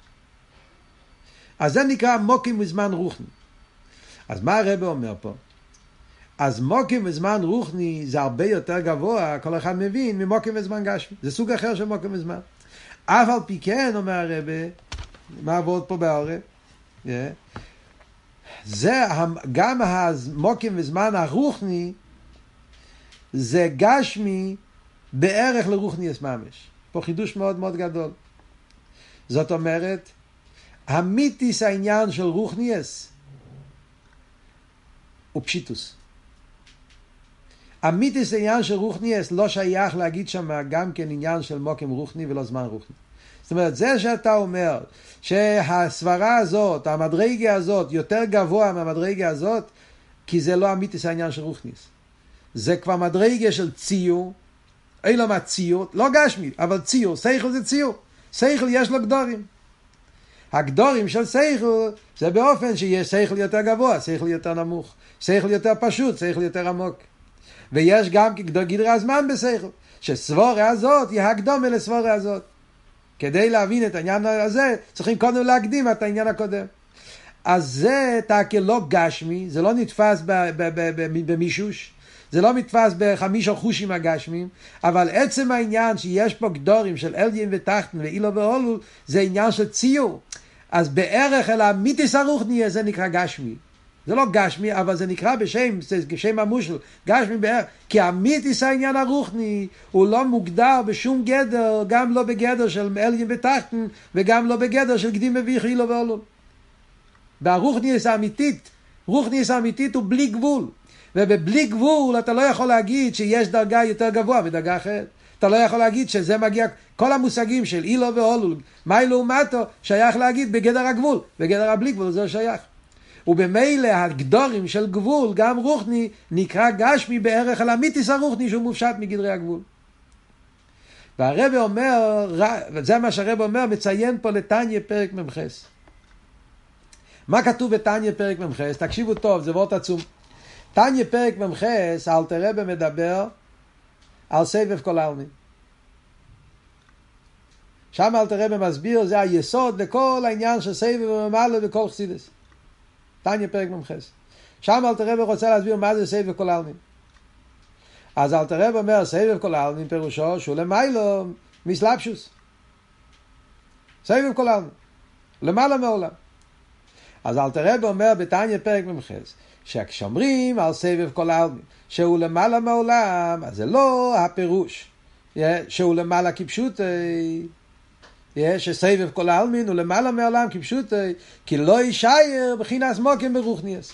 אז זה נקרא מוקים וזמן רוחני. אז מה הרב אומר פה? אז מוקים וזמן רוחני זה הרבה יותר גבוה, כל אחד מבין, ממוקים וזמן גשמי. זה סוג אחר של מוקים וזמן. אף על פי כן, אומר הרב, מה עבוד פה בעורב? זה גם המוקים וזמן הרוחני, זה גשמי בערך לרוחניאס ממש. פה חידוש מאוד מאוד גדול. זאת אומרת, המיתיס העניין של רוחניאס הוא פשיטוס. המיתיס העניין של רוחניאס לא שייך להגיד שם גם כן עניין של מוקים רוחני ולא זמן רוחני. זאת אומרת, זה שאתה אומר שהסברה הזאת, המדרגה הזאת, יותר גבוה מהמדרגה הזאת, כי זה לא המיתיס העניין של רוחניאס. זה כבר מדרגה של ציור, אלא מה ציור, לא גשמי, אבל ציור, שכל זה ציור. שכל יש לו גדורים. הגדורים של שכל זה באופן שיש שכל יותר גבוה, שכל יותר נמוך, שכל יותר פשוט, שכל יותר עמוק. ויש גם גדרי הזמן בשכל, שסבורה הזאת היא הקדומה לסבורה הזאת. כדי להבין את העניין הזה, צריכים קודם להקדים את העניין הקודם. אז זה תקל לא גשמי, זה לא נתפס במישוש, זה לא מתפס בחמישה חושים הגשמים, אבל עצם העניין שיש פה גדורים של אלגין ותחתן ואילו ואולול, זה עניין של ציור. אז בערך אל המיתיס הרוחני זה נקרא גשמי. זה לא גשמי, אבל זה נקרא בשם המושל, גשמי בערך, כי המיתיס העניין הרוחני הוא לא מוגדר בשום גדר, גם לא בגדר של אלגין ותחתן, וגם לא בגדר של קדים מביך אילו ואולול. והרוחניס האמיתית, רוחניס האמיתית הוא בלי גבול. ובבלי גבול אתה לא יכול להגיד שיש דרגה יותר גבוה ודרגה אחרת. אתה לא יכול להגיד שזה מגיע, כל המושגים של אילו ואולול, מיילו ומטו, שייך להגיד בגדר הגבול, בגדר הבלי גבול זה שייך. ובמילא הגדורים של גבול, גם רוחני, נקרא גשמי בערך על המיתיס הרוחני שהוא מופשט מגדרי הגבול. והרב אומר, וזה מה שהרב אומר, מציין פה לתניה פרק ממחס. מה כתוב בתניה פרק ממחס? תקשיבו טוב, זה וורט עצום. תניה פרק ממחס, אלתר רבי מדבר על סבב כל העלמין. שם אלתר רבי מסביר, זה היסוד לכל העניין של סבב ומעלה וכל חסידס. תניה פרק ממחס. שם אלתר רבי רוצה להסביר מה זה סבב כל העלמין. אז אלתר רבי אומר, סבב כל העלמין פירושו שהוא למיילו מסלבשוס. סבב כל העלמין. למעלה מעולם. אז אלתר רבי אומר בתניה פרק ממחס, שכשאומרים על סבב כל העלמין שהוא למעלה מעולם, אז זה לא הפירוש שהוא למעלה כפשוט, שסבב כל העלמין הוא למעלה מעולם כפשוט, כי לא יישאר בחינס מוקים ברוחניאס.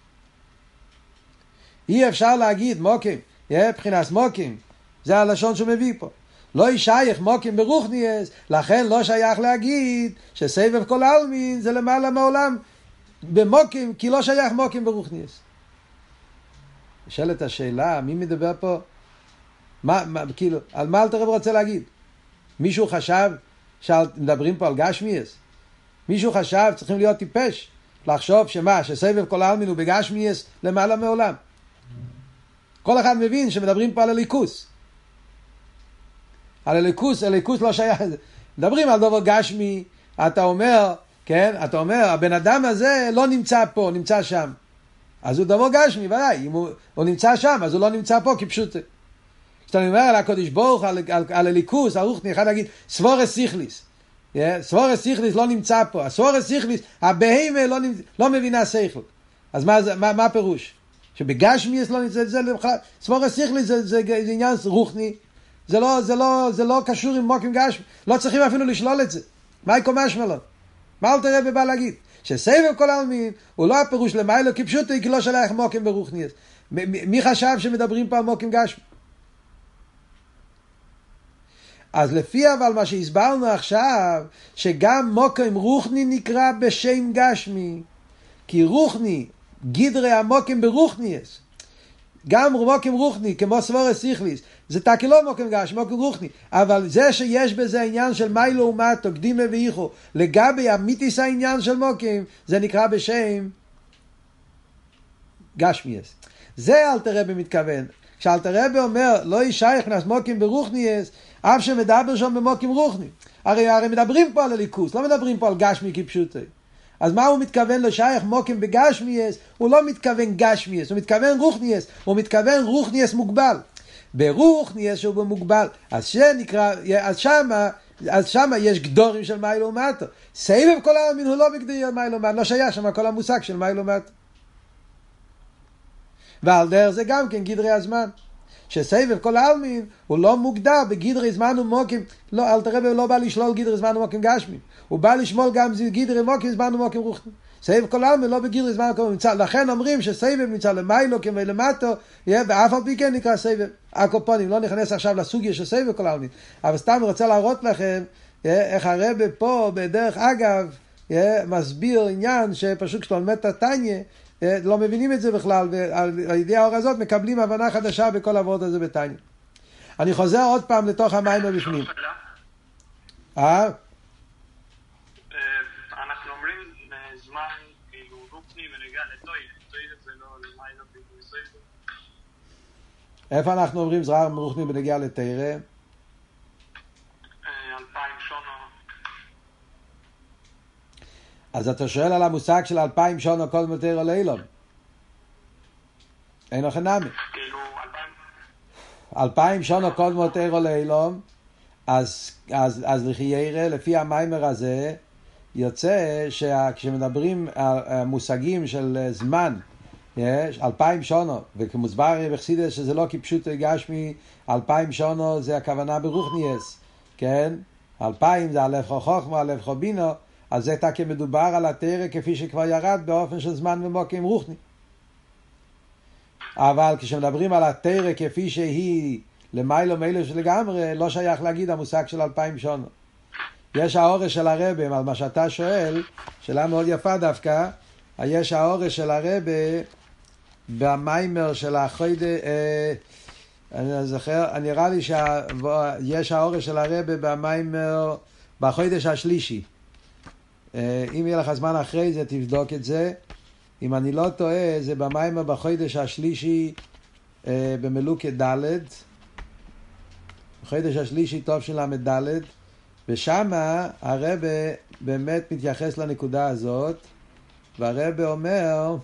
אי אפשר להגיד מוקים, בחינס מוקים, זה הלשון שהוא מביא פה. לא יישאר מוקים ברוחניאס, לכן לא שייך להגיד שסבב כל העלמין זה למעלה מעולם במוקים, כי לא שייך מוקים ברוחניאס. שאלת השאלה, מי מדבר פה? כאילו, על מה אלתר רבי רוצה להגיד? מישהו חשב שמדברים פה על גשמיאס? מישהו חשב, צריכים להיות טיפש, לחשוב שמה, שסבב כל העלמין הוא בגשמיאס למעלה מעולם. כל אחד מבין שמדברים פה על הליכוס. על הליכוס, הליכוס לא שייך. מדברים על דבר גשמי, אתה אומר, כן, אתה אומר, הבן אדם הזה לא נמצא פה, נמצא שם. אז הוא דבר גשמי, ודאי, אם הוא נמצא שם, אז הוא לא נמצא פה, כי פשוט. כשאתה אומר על הקודש ברוך, על הליכוס, הרוחני, אחד להגיד, סבורס סיכליס. סבורס סיכליס לא נמצא פה. הסבורס סיכליס, הבהמה לא מבינה שכל. אז מה הפירוש? שבגשמי לא נמצא, סבורס סיכליס זה עניין רוחני, זה לא קשור עם מוקים גשמי, לא צריכים אפילו לשלול את זה. מה יקום משמלון? מה אלתר רבי בא להגיד? שסבב כל העלמין הוא לא הפירוש למיילו כפשוטו, כי לא שלח מוקים ברוחניאס. מי חשב שמדברים פה על מוקים גשמי? אז לפי אבל מה שהסברנו עכשיו, שגם מוקים רוחני נקרא בשם גשמי, כי רוחני, גדרי המוקים ברוחניאס, גם מוקים רוחני, כמו סבורס סיכליס, זה תקלו מוקים גשמי, מוקים רוחני, אבל זה שיש בזה עניין של מיילו ומטו, קדימה ואיחו, לגבי המיתיס העניין של מוקים, זה נקרא בשם גשמיאס. זה אלתר רבי מתכוון. כשאלתר רבי אומר, לא יישייך נס מוקים ברוחניאס, אף שמדבר שם במוקים רוחני. הרי מדברים פה על הליכוס, לא מדברים פה על גשמי כפשוטו. אז מה הוא מתכוון לשייך מוקים בגשמיאס? הוא לא מתכוון גשמיאס, הוא מתכוון רוחניאס, הוא מתכוון רוחניאס מוגבל. ברוחניאס שהוא במוגבל, אז שנקרא, אז שמה אז שם יש גדורים של מיילו ומטו. סבב כל העלמין הוא לא בגדיר מיילו ומטו, לא שייך שם כל המושג של מיילו ומטו. ועל דרך זה גם כן גדרי הזמן. שסבב כל העלמין הוא לא מוגדר בגדרי זמן ומוקים, לא, אל תראה, לא בא לשלול גדרי זמן ומוקים גשמים, הוא בא לשמול גם גדרי מוקים זמן ומוקים רוחני. סבב כל העלמין לא בגדרי זמן ומוקים, לכן אומרים שסבב נמצא למיילו כמלמטו, ואף על פי כן נקרא סבב. הקופונים, לא נכנס עכשיו לסוגיה של סבב כל העלמין, אבל סתם רוצה להראות לכם איך הרב פה בדרך אגב מסביר עניין שפשוט כשאתה לומד את התניא לא מבינים את זה בכלל, ועל ידי האור הזאת מקבלים הבנה חדשה בכל העבוד הזה בתניא. אני חוזר עוד פעם לתוך המים בפנים. אנחנו אומרים זמן כאילו רוחני ונגיע לתוירה, תוירה זה לא למיילו בגלל. איפה אנחנו אומרים זמן רוחני ונגיע לתוירה? 2000 שנה. אז אתה שואל על המושג של 2000 שנה כל מתאר הלילום. אין לכם נמי. כאילו 2000 שנה כל מתאר הלילום, אז לחיירה, לפי המיימר הזה, יוצא שכשמדברים על מושגים של זמן, יש 2000 שנה, וכמוסבר בחסידות שזה לא כפשוט גשמי, 2000 שנה זה הכוונה ברוחניאס, כן? 2000 זה הלב חוכמה, הלב חובינו, אז זה תקי מדובר על התורה כפי שכבר ירד באופן של זמן ומוקים רוחני. אבל כשמדברים על התורה כפי שהיא למיילו מיילו שלגמרי, לא שייך להגיד המושג של 2000 שנה. יש האורש של הרב, על מה שאתה שואל, שאלה מאוד יפה דווקא, יש האורש של הרב במיימר של החוידה, אני זוכר, נראה לי שיש האורש של הרב במיימר בחודש השלישי. אם יהיה לך זמן אחרי זה תבדוק את זה. אם אני לא טועה זה במיימר בחודש השלישי במלוקת ד', בחודש השלישי טוב של ד', ושם הרב באמת מתייחס לנקודה הזאת, והרב אומר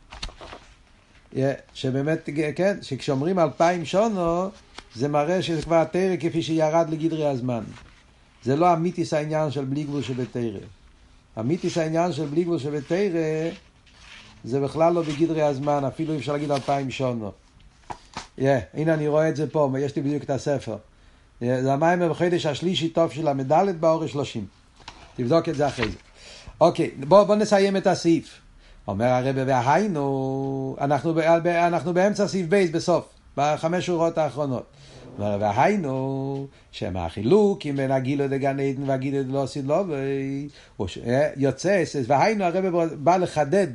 שבאמת כן, שכשאומרים 2000 שנה זה מראה שזה כבר התורה כפי שירד לגדרי הזמן. זה לא אמיתיס העניין של בלי גבול שבתורה. אמיתיס העניין של בלי גבול שבתורה זה בכלל לא בגדרי הזמן, אפילו אפשר להגיד 2000 שנה. הנה אני רואה את זה פה, יש לי בדיוק את הספר. זה המיימר בחודש השלישי טוב של המדלת באור 30. תבדוק את זה אחרי זה. אוקיי, בוא נסיים את הסעיף. אומר הרב והיינו, אנחנו באמצע סעיף בייס בסוף, בחמש שורות האחרונות. אומר והיינו, שמה החילוק, אם בין הגילו דגן עדן והגילו דלא סילובי, יוצא, והיינו הרב בא לחדד,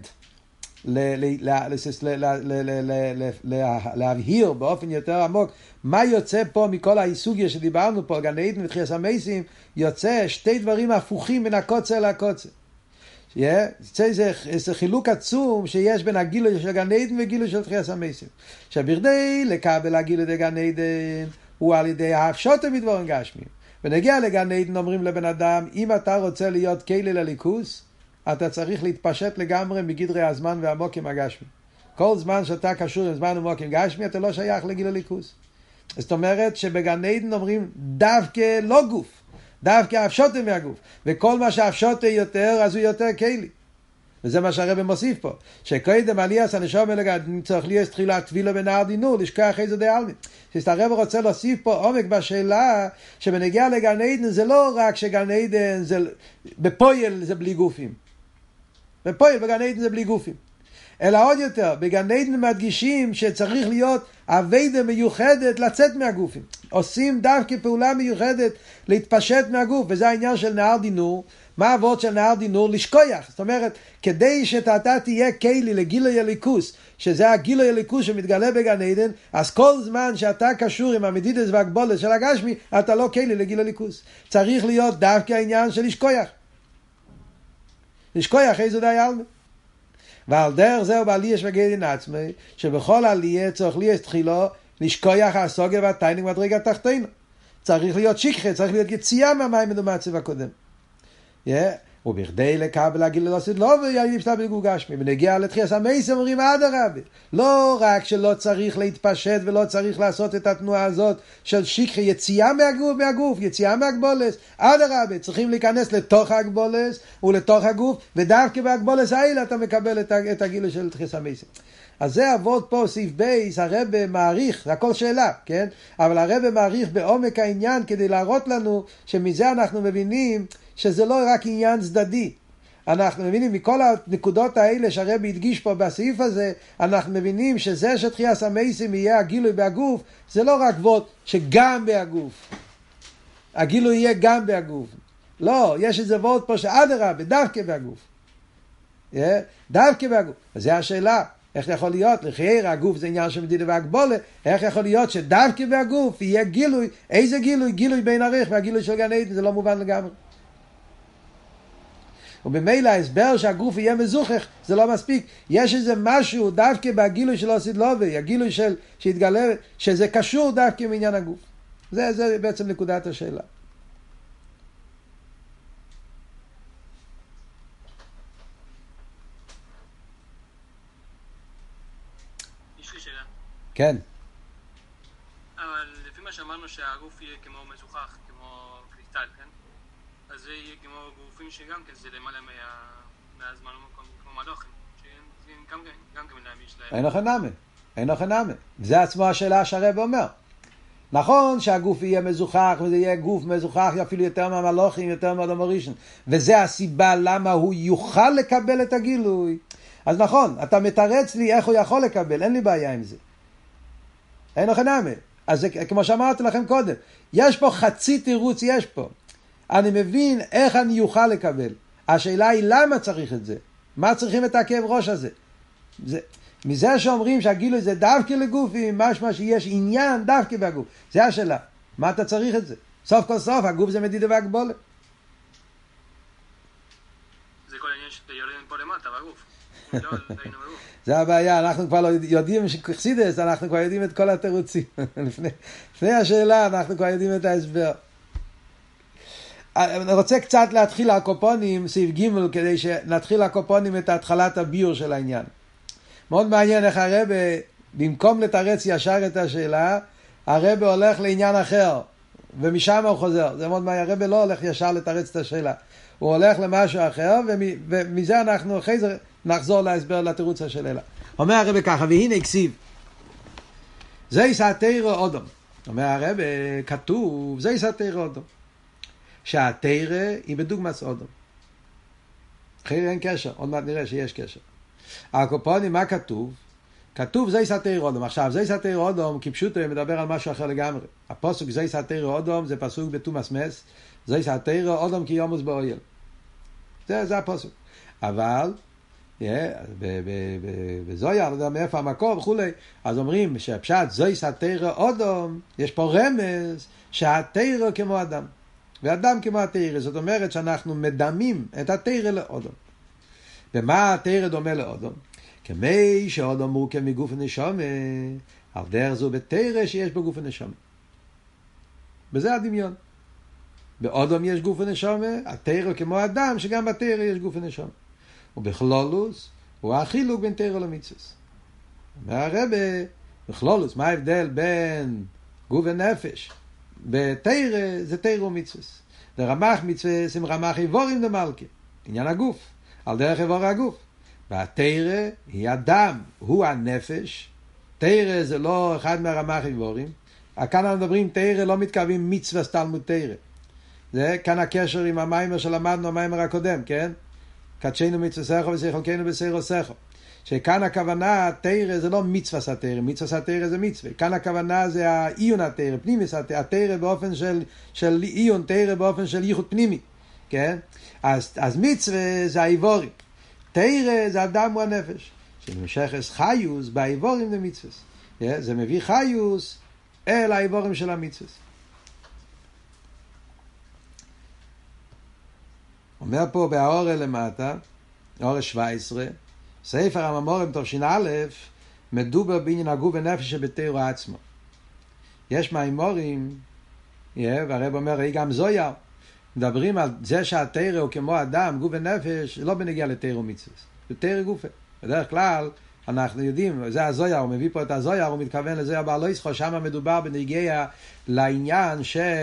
להבהיר באופן יותר עמוק מה יוצא פה מכל העיסוגיה שדיברנו פה, גן עדן ותחייס המייסים, יוצא שתי דברים הפוכים בין הקוצר לקוצר. זה חילוק עצום שיש בין הגילוי של גן עדן וגילוי של תחייס המייסים. שבכדי לקבל הגילוי דגן עדן הוא על ידי ההפשוטה מדבורן גשמיים. ונגיע לגן עדן אומרים לבן אדם, אם אתה רוצה להיות כלי לליכוס, אתה צריך להתפשט לגמרי מגדרי הזמן והמוקים הגשמי. כל זמן שאתה קשור עם זמן ומוקים גשמי, אתה לא שייך לגיל הליכוס. זאת אומרת שבגן עדן אומרים דווקא לא גוף, דווקא הפשוטה מהגוף. וכל מה שהפשוטה יותר, אז הוא יותר כלי. וזה מה שהרב מוסיף פה. שקודם עליאס הנשום אלגן צריך להיות תחילה תפילה בנהר דינור, לשכוח איזה דעלמין. שהרב רוצה להוסיף פה עומק בשאלה שבנגיע לגן עדן זה לא רק שגן עדן זה בפועל זה בלי גופים. בפועל בגן עדן זה בלי גופים. אלא עוד יותר, בגן עדן מדגישים שצריך להיות עבודה מיוחדת לצאת מהגופים. עושים דווקא פעולה מיוחדת להתפשט מהגוף, וזה העניין של נהר דינור. מה העבוד של נהר דינור? לשכוח. זאת אומרת, כדי שאתה תהיה כלי לגילוי הליכוס, שזה הגילוי הליכוס שמתגלה בגן עדן, אז כל זמן שאתה קשור עם המדידס והגבולת של הגשמי, אתה לא כלי לגילוי הליכוס. צריך להיות דווקא העניין של לשכוח. לשכוח איזו די אלמה. ועל דרך זהו בעלייה וגדין עצמי, שבכל עלייה צריך להיות תחילו לשכוח הסוגיה והתיינג מדרגה תחתינו. צריך להיות שכחה, צריך להיות יציאה מהמים מדומצב הקודם. ובכדי לקבל הגילוי לא סוד לא ויפתח בגוף גשמי, ונגיע לתחיית המייסים אומרים אדרבה, לא רק שלא צריך להתפשט ולא צריך לעשות את התנועה הזאת של שכחה, יציאה מהגוף, יציאה מהגבולס, אדרבה, צריכים להיכנס לתוך הגבולס ולתוך הגוף, ודווקא בהגבולס האלה אתה מקבל את הגילוי של תחיית המייסים. אז זה עבוד פה סעיף בייס, הרב מעריך, זה הכל שאלה, כן? אבל הרב מעריך בעומק העניין כדי להראות לנו שמזה אנחנו מבינים שזה לא רק עניין צדדי. אנחנו מבינים מכל הנקודות האלה שהרב הדגיש פה בסעיף הזה, אנחנו מבינים שזה שתחיית המייסים יהיה הגילוי בהגוף, זה לא רק ווד שגם בהגוף. הגילוי יהיה גם בהגוף. לא, יש איזה ווד פה שאדרבה, דווקא בהגוף. דווקא בהגוף. אז זה השאלה. איך יכול להיות? לחייר הגוף זה עניין של מדידה והגבולה, איך יכול להיות שדווקא בהגוף יהיה גילוי, איזה גילוי? גילוי בין ערך והגילוי של גן עדן, זה לא מובן לגמרי. ובמילא ההסבר שהגוף יהיה מזוכח, זה לא מספיק. יש איזה משהו דווקא בגילוי של עושית לובי, הגילוי שהתגלה, שזה קשור דווקא עם עניין הגוף. זה בעצם נקודת השאלה. כן. אבל לפי מה שאמרנו שהגוף יהיה כמו מזוכח, כמו קריסטל, כן? אז זה יהיה כמו גופים שגם כן זה למעלה מהזמן כמו מלוכים, שהם גם כן יש להם. אין לכם נאמה. זה עצמו השאלה שהרב אומר. נכון שהגוף יהיה מזוכח, וזה יהיה גוף מזוכח אפילו יותר מהמלוכים, יותר מהאדם הראשון, וזה הסיבה למה הוא יוכל לקבל את הגילוי. אז נכון, אתה מתרץ לי איך הוא יכול לקבל, אין לי בעיה עם זה. אין לכם נאמה. אז זה, כמו שאמרתי לכם קודם, יש פה חצי תירוץ, יש פה. אני מבין איך אני אוכל לקבל. השאלה היא למה צריך את זה? מה צריכים את הכאב ראש הזה? מזה שאומרים שהגילוי זה דווקא לגופים, משמע שיש עניין דווקא בגוף. זה השאלה. מה אתה צריך את זה? סוף כל סוף, הגוף זה מדידה והגבולה. זה כל העניין שיורדים פה למטה בגוף. זה הבעיה, אנחנו כבר לא יודעים שכחסידס, אנחנו כבר יודעים את כל התירוצים. לפני השאלה אנחנו כבר יודעים את ההסבר. אני רוצה קצת להתחיל הקופונים, סעיף ג' כדי שנתחיל הקופונים את התחלת הביור של העניין. מאוד מעניין איך הרב, במקום לתרץ ישר את השאלה, הרב הולך לעניין אחר, ומשם הוא חוזר. זה מאוד מעניין, הרב לא הולך ישר לתרץ את השאלה. הוא הולך למשהו אחר, ומזה אנחנו אחרי זה נחזור להסבר לתירוץ השאלה. אומר הרב ככה, והנה כסיב, זה יסתירו אודום. אומר הרב, כתוב, זה יסתירו אודום. שהתירה היא בדוגמת אודום. אחרי אין קשר, עוד מעט נראה שיש קשר. הקופונים, מה כתוב? כתוב זה יסתירו אודום. עכשיו, זה יסתירו אודום, כי פשוט מדבר על משהו אחר לגמרי. הפסוק זה יסתירו אודום, זה פסוק בתומאס מס, זה יסתירו אודום כי יומוס באויל. זה הפסוק. אבל, וזויה, לא יודע מאיפה המקור וכולי, אז אומרים שהפשט זו יסתירו אודום, יש פה רמז שהתירו כמו אדם. ואדם כמו התירה, זאת אומרת שאנחנו מדמים את התירה לאודום. ומה התירה דומה לאודום? כמי שאודום מורכב מגוף ונשמה, על דרך זו בתירה שיש בו גוף ונשמה. וזה הדמיון. באודום יש גוף ונשמה, התירה כמו אדם, שגם בתירה יש גוף ונשמה. ובכלולוס, הוא החילוק בין תירה למצווה. והרבה, בכלולוס, מה ההבדל בין גוף ונפש? בתירה זה תירה ומצווה. לרמח מצווה זה רמח איבורים דמלכה, עניין הגוף, על דרך איבור הגוף. והתירה היא אדם, הוא הנפש. תירה זה לא אחד מהרמח איבורים. כאן אנחנו מדברים תירה, לא מתכוונים מצווה תלמוד תירה. זה כאן הקשר עם המיימר שלמדנו, המיימר הקודם, כן? קדשנו מצווה סכו ושחלקנו בסירו סכו. שכאן הכוונה, תירה זה לא מצווה סתירה, מצווה סתירה זה מצווה. כאן הכוונה זה העיון התירה, פנימי סתירה, התירה באופן של עיון, תירה באופן של ייחוד פנימי. כן? אז מצווה זה האיבורים. תירה זה אדם הוא הנפש. שנמשכס חיוס באיבורים זה מצווה. זה מביא חיוס אל האיבורים של המצווה. אומר פה באורל למטה, אורל 17, ספר הממורים תופשין א', מדובר בעניין הגוף ונפש שבתירה עצמו. יש מהאמורים, והרב אומר, היא גם זויה, מדברים על זה שהתורה הוא כמו אדם, גוף ונפש, לא בנגיע לתורה ומצוות. זה תורה גופה. בדרך כלל, אנחנו יודעים, זה הזויר, הוא מביא פה את הזויר, הוא מתכוון לזויר בעל ישחו, שם מדובר בנגיע לעניין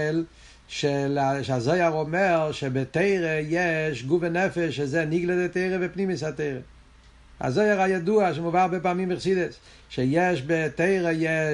שהזויר אומר שבתורה יש גוף ונפש, שזה נגלה לתורה ופנימיס התורה. הזויר הידוע שמובא הרבה פעמים בחסידות, שיש בתורה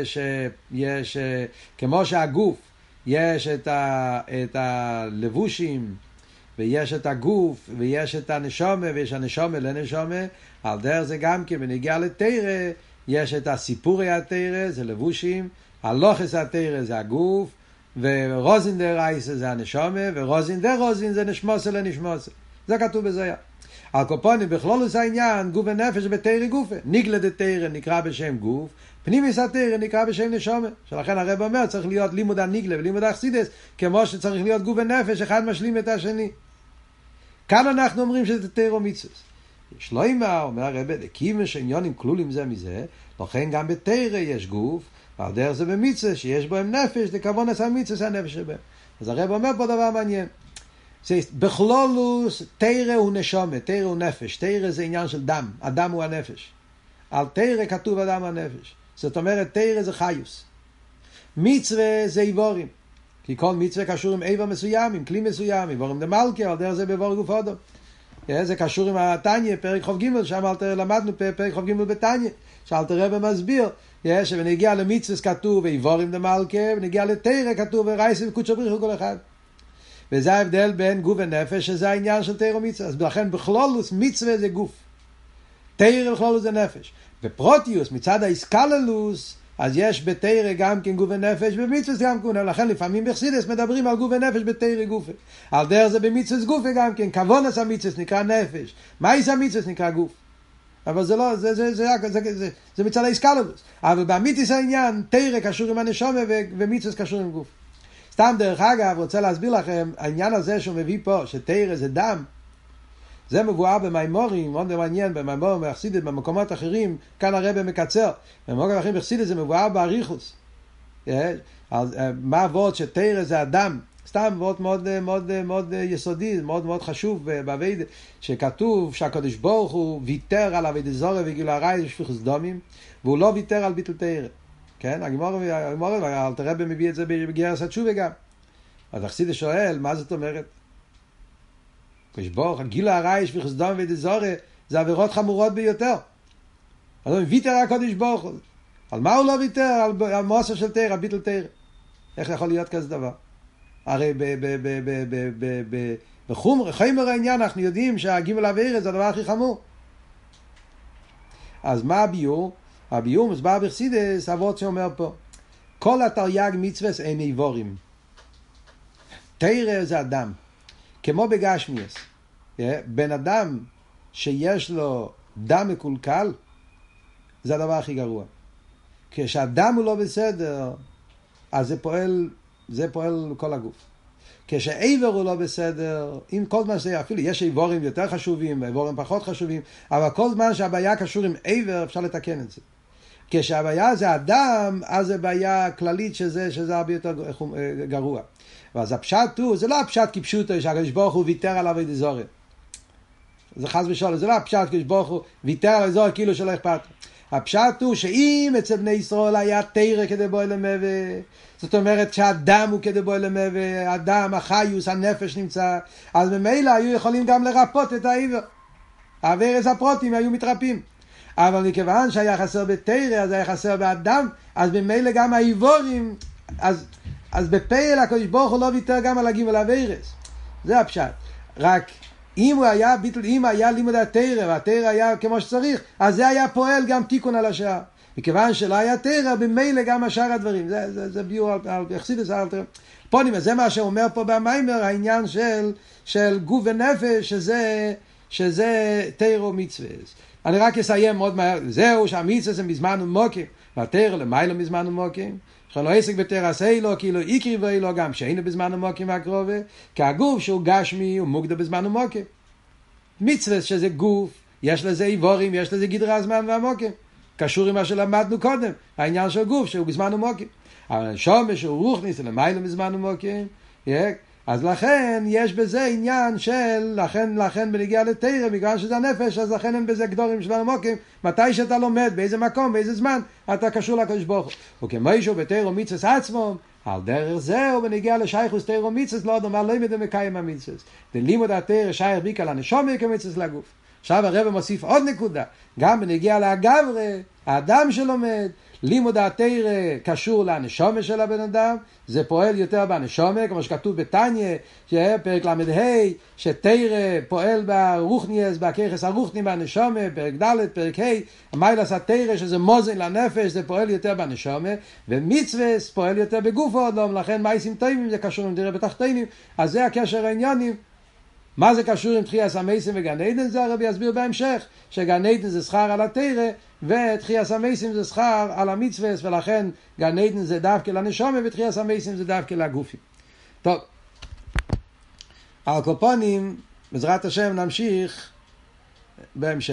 יש כמו שהגוף, יש את הלבושים, ויש את הגוף, ויש את הנשומה, ויש הנשומה לנשומה, על דרך זה גם כן בנגיע לתורה, יש את הסיפורי התורה, זה לבושים, הלוחס התורה זה הגוף, ורוזין דה רייסה זה הנשומה, ורוזין דה רוזין זה נשמוסה לנשמוסה. זה כתוב בזויר. על קופונים בכלולוס העניין, גוף ונפש בתורה גופה. ניגלה דה תורה נקרא בשם גוף, פנימיס התורה נקרא בשם נשומה. שלכן הרב אומר, צריך להיות לימוד הניגלה ולימוד החסידס, כמו שצריך להיות גוף ונפש, אחד משלים את השני. כאן אנחנו אומרים שזה תורה ומצוות. שלמה אומר הרב, כיוון שעניונים כלולים זה מזה, לכן גם בתורה יש גוף, ועל דרך זה במצוות, שיש בהם נפש, זה כוון עשה מצוות הנפש שבהם. אז הרב אומר פה דבר מעניין. בכלולוס, תורה הוא נשומה, תורה הוא נפש, תורה זה עניין של דם, הדם הוא הנפש. על תורה כתוב אדם הנפש. זאת אומרת, תורה זה חיוס. מצווה זה איבורים. כי כל מצווה קשור עם איבר מסוים, עם כלי מסוים, איבורים דמלכה, על דרך זה באיבור גוף אדם. זה קשור עם התניה, פרק חוב ג' שם למדנו פרק חוב ג' בתניה, שאלתר רב מסביר, שבנגיע למצווה כתוב איבורים דמלכה, ונגיע לתורה כתוב ורייסה וקודשא בריך הוא כל אחד. וזה ההבדל בין גוף ונפש, שזה העניין של תורה ומצווה. אז לכן בכלולוס מצווה זה גוף. תורה בכלולוס זה נפש. בפרוטיוס, מצד האיסקללוס, אז יש בתורה גם כן גוף ונפש, במצווה גם כן. לכן לפעמים בחסידות מדברים על גוף ונפש בתורה גופה. על דרך זה במצווה גופה גם כן. כוונס המצווה נקרא נפש. מייס המצווה נקרא גוף. אבל זה לא, זה מצד האיסקללוס. אבל באמיתיס העניין, תורה קשור עם הנשמה ומצווה קשור עם גוף. סתם דרך אגב, רוצה להסביר לכם, העניין הזה שהוא מביא פה, שתורה זה דם, זה מבואר במיימורים, מאוד מעניין, במיימורים בחסידות, במקומות אחרים, כאן הרב מקצר, במקומות אחרים בחסידות זה מבואר באריכוס. מה עבוד שתורה זה הדם, סתם מאוד מאוד מאוד מאוד יסודי, מאוד מאוד חשוב בעבודה, שכתוב שהקדוש ברוך הוא ויתר על עבודת זרה וגילוי עריות ושפיכות דמים, והוא לא ויתר על ביטול תורה. כן, הגמרא, אלתר רבי מביא את זה בגרס התשובה גם. אז החסידות שואל, מה זאת אומרת? כשבור, גילוי עריות ושפיכות דמים ועבודת זרה, זה עבירות חמורות ביותר. אז הוא ויתר על הקדוש ברוך הוא. על מה הוא לא ויתר? על מוסר של תורה, על ביטול תורה. איך יכול להיות כזה דבר? הרי בחומר העניין אנחנו יודעים שהגימל עבירה זה הדבר הכי חמור. אז מה הביור? הביור מסבר בחסידות, אבות שאומר פה, כל התרי"ג מצוות אין איבורים. תורה זה אדם. כמו בגשמיאס. בן אדם שיש לו דם מקולקל, זה הדבר הכי גרוע. כשהדם הוא לא בסדר, אז זה פועל כל הגוף. כשאיבר הוא לא בסדר, אם כל זמן שזה, אפילו יש איבורים יותר חשובים, איבורים פחות חשובים, אבל כל זמן שהבעיה קשור עם איבר, אפשר לתקן את זה. כשהבעיה זה אדם, אז זה בעיה כללית שזה הרבה יותר גרוע. ואז הפשט הוא, זה לא הפשט כפשוטו, שהקדוש ברוך הוא ויתר על עבודת זרה. זה חס ושלום, זה לא הפשט שהקדוש ברוך הוא ויתר על עבודת זרה, כאילו שלא אכפת. הפשט הוא שאם אצל בני ישראל היה תורה כדי בוא למווה, זאת אומרת שהאדם הוא כדי בוא למווה, האדם, החיוס, הנפש נמצא, אז ממילא היו יכולים גם לרפות את העבר. העברס הפרוטים היו מתרפים. אבל מכיוון שהיה חסר בתורה, אז היה חסר באדם, אז ממילא גם העיבורים, אז בפעל הקדוש ברוך הוא לא ויתר גם על הגימל העברס. זה הפשט. רק אם היה לימוד התורה, והתורה היה כמו שצריך, אז זה היה פועל גם תיקון על השאר. מכיוון שלא היה תורה, במילא גם השאר הדברים. זה ביור על חסידות אלתר. פונים, זה מה שאומר פה במיימר, העניין של גוף ונפש, שזה תורה ומצווה. אני רק אסיים מאוד מהר. זהו שהמצווה זה מזמן ומוקים, והתורה למעלה מזמן ומוקים. שלא עסק בתורה עשה לו, כאילו יקריבו לו גם שהיינו בזמן ומוקים והקרובה, כי הגוף שהוא גשמי הוא מוגדר בזמן ומוקים. מצווה שזה גוף, יש לזה איבורים, יש לזה גדרי הזמן והמוקים. קשור עם מה שלמדנו קודם, העניין של גוף שהוא בזמן ומוקים. אבל שומש שהוא רוחניס למעלה מזמן ומוקים, אז לכן יש בזה עניין של, לכן בנגיע לתורה, בגלל שזה הנפש, אז לכן אין בזה גדורים של עמוקים, מתי שאתה לומד, באיזה מקום, באיזה זמן, אתה קשור לקדוש ברוך הוא. וכמו שהוא בתורה ומצוות עצמו, על דרך זהו בנגיע לשייכוס תורה ומצוות, לא דומה לא ימד מקיים המצוות. דלימוד התורה שייך בעיקר לנשמה כמצוות לגוף. עכשיו הרב מוסיף עוד נקודה, גם בנגיע להגברה, האדם שלומד, לימוד התורה קשור לנשמה של הבן אדם, זה פועל יותר בנשמה, כמו שכתוב בתניא, פרק ל"ה, שתורה פועל ברוחניאס, בכיחס הרוחני בנשמה, פרק ד', פרק ה', המיילס התורה שזה מוזן לנפש, זה פועל יותר בנשמה, ומצווס פועל יותר בגוף האדם, לכן מייסים טובים זה קשור עם תורה בתחתונים, אז זה הקשר העניינים. מה זה קשור עם תחיית המסים וגן עדן? זה הרב יסביר בהמשך, שגן עדן זה שכר על התורה, ותחיית המסים זה שכר על המצווה, ולכן גן עדן זה דווקא לנשמה, ותחיית המסים זה דווקא לגופים. טוב, על קופונים, בעזרת השם נמשיך בהמשך.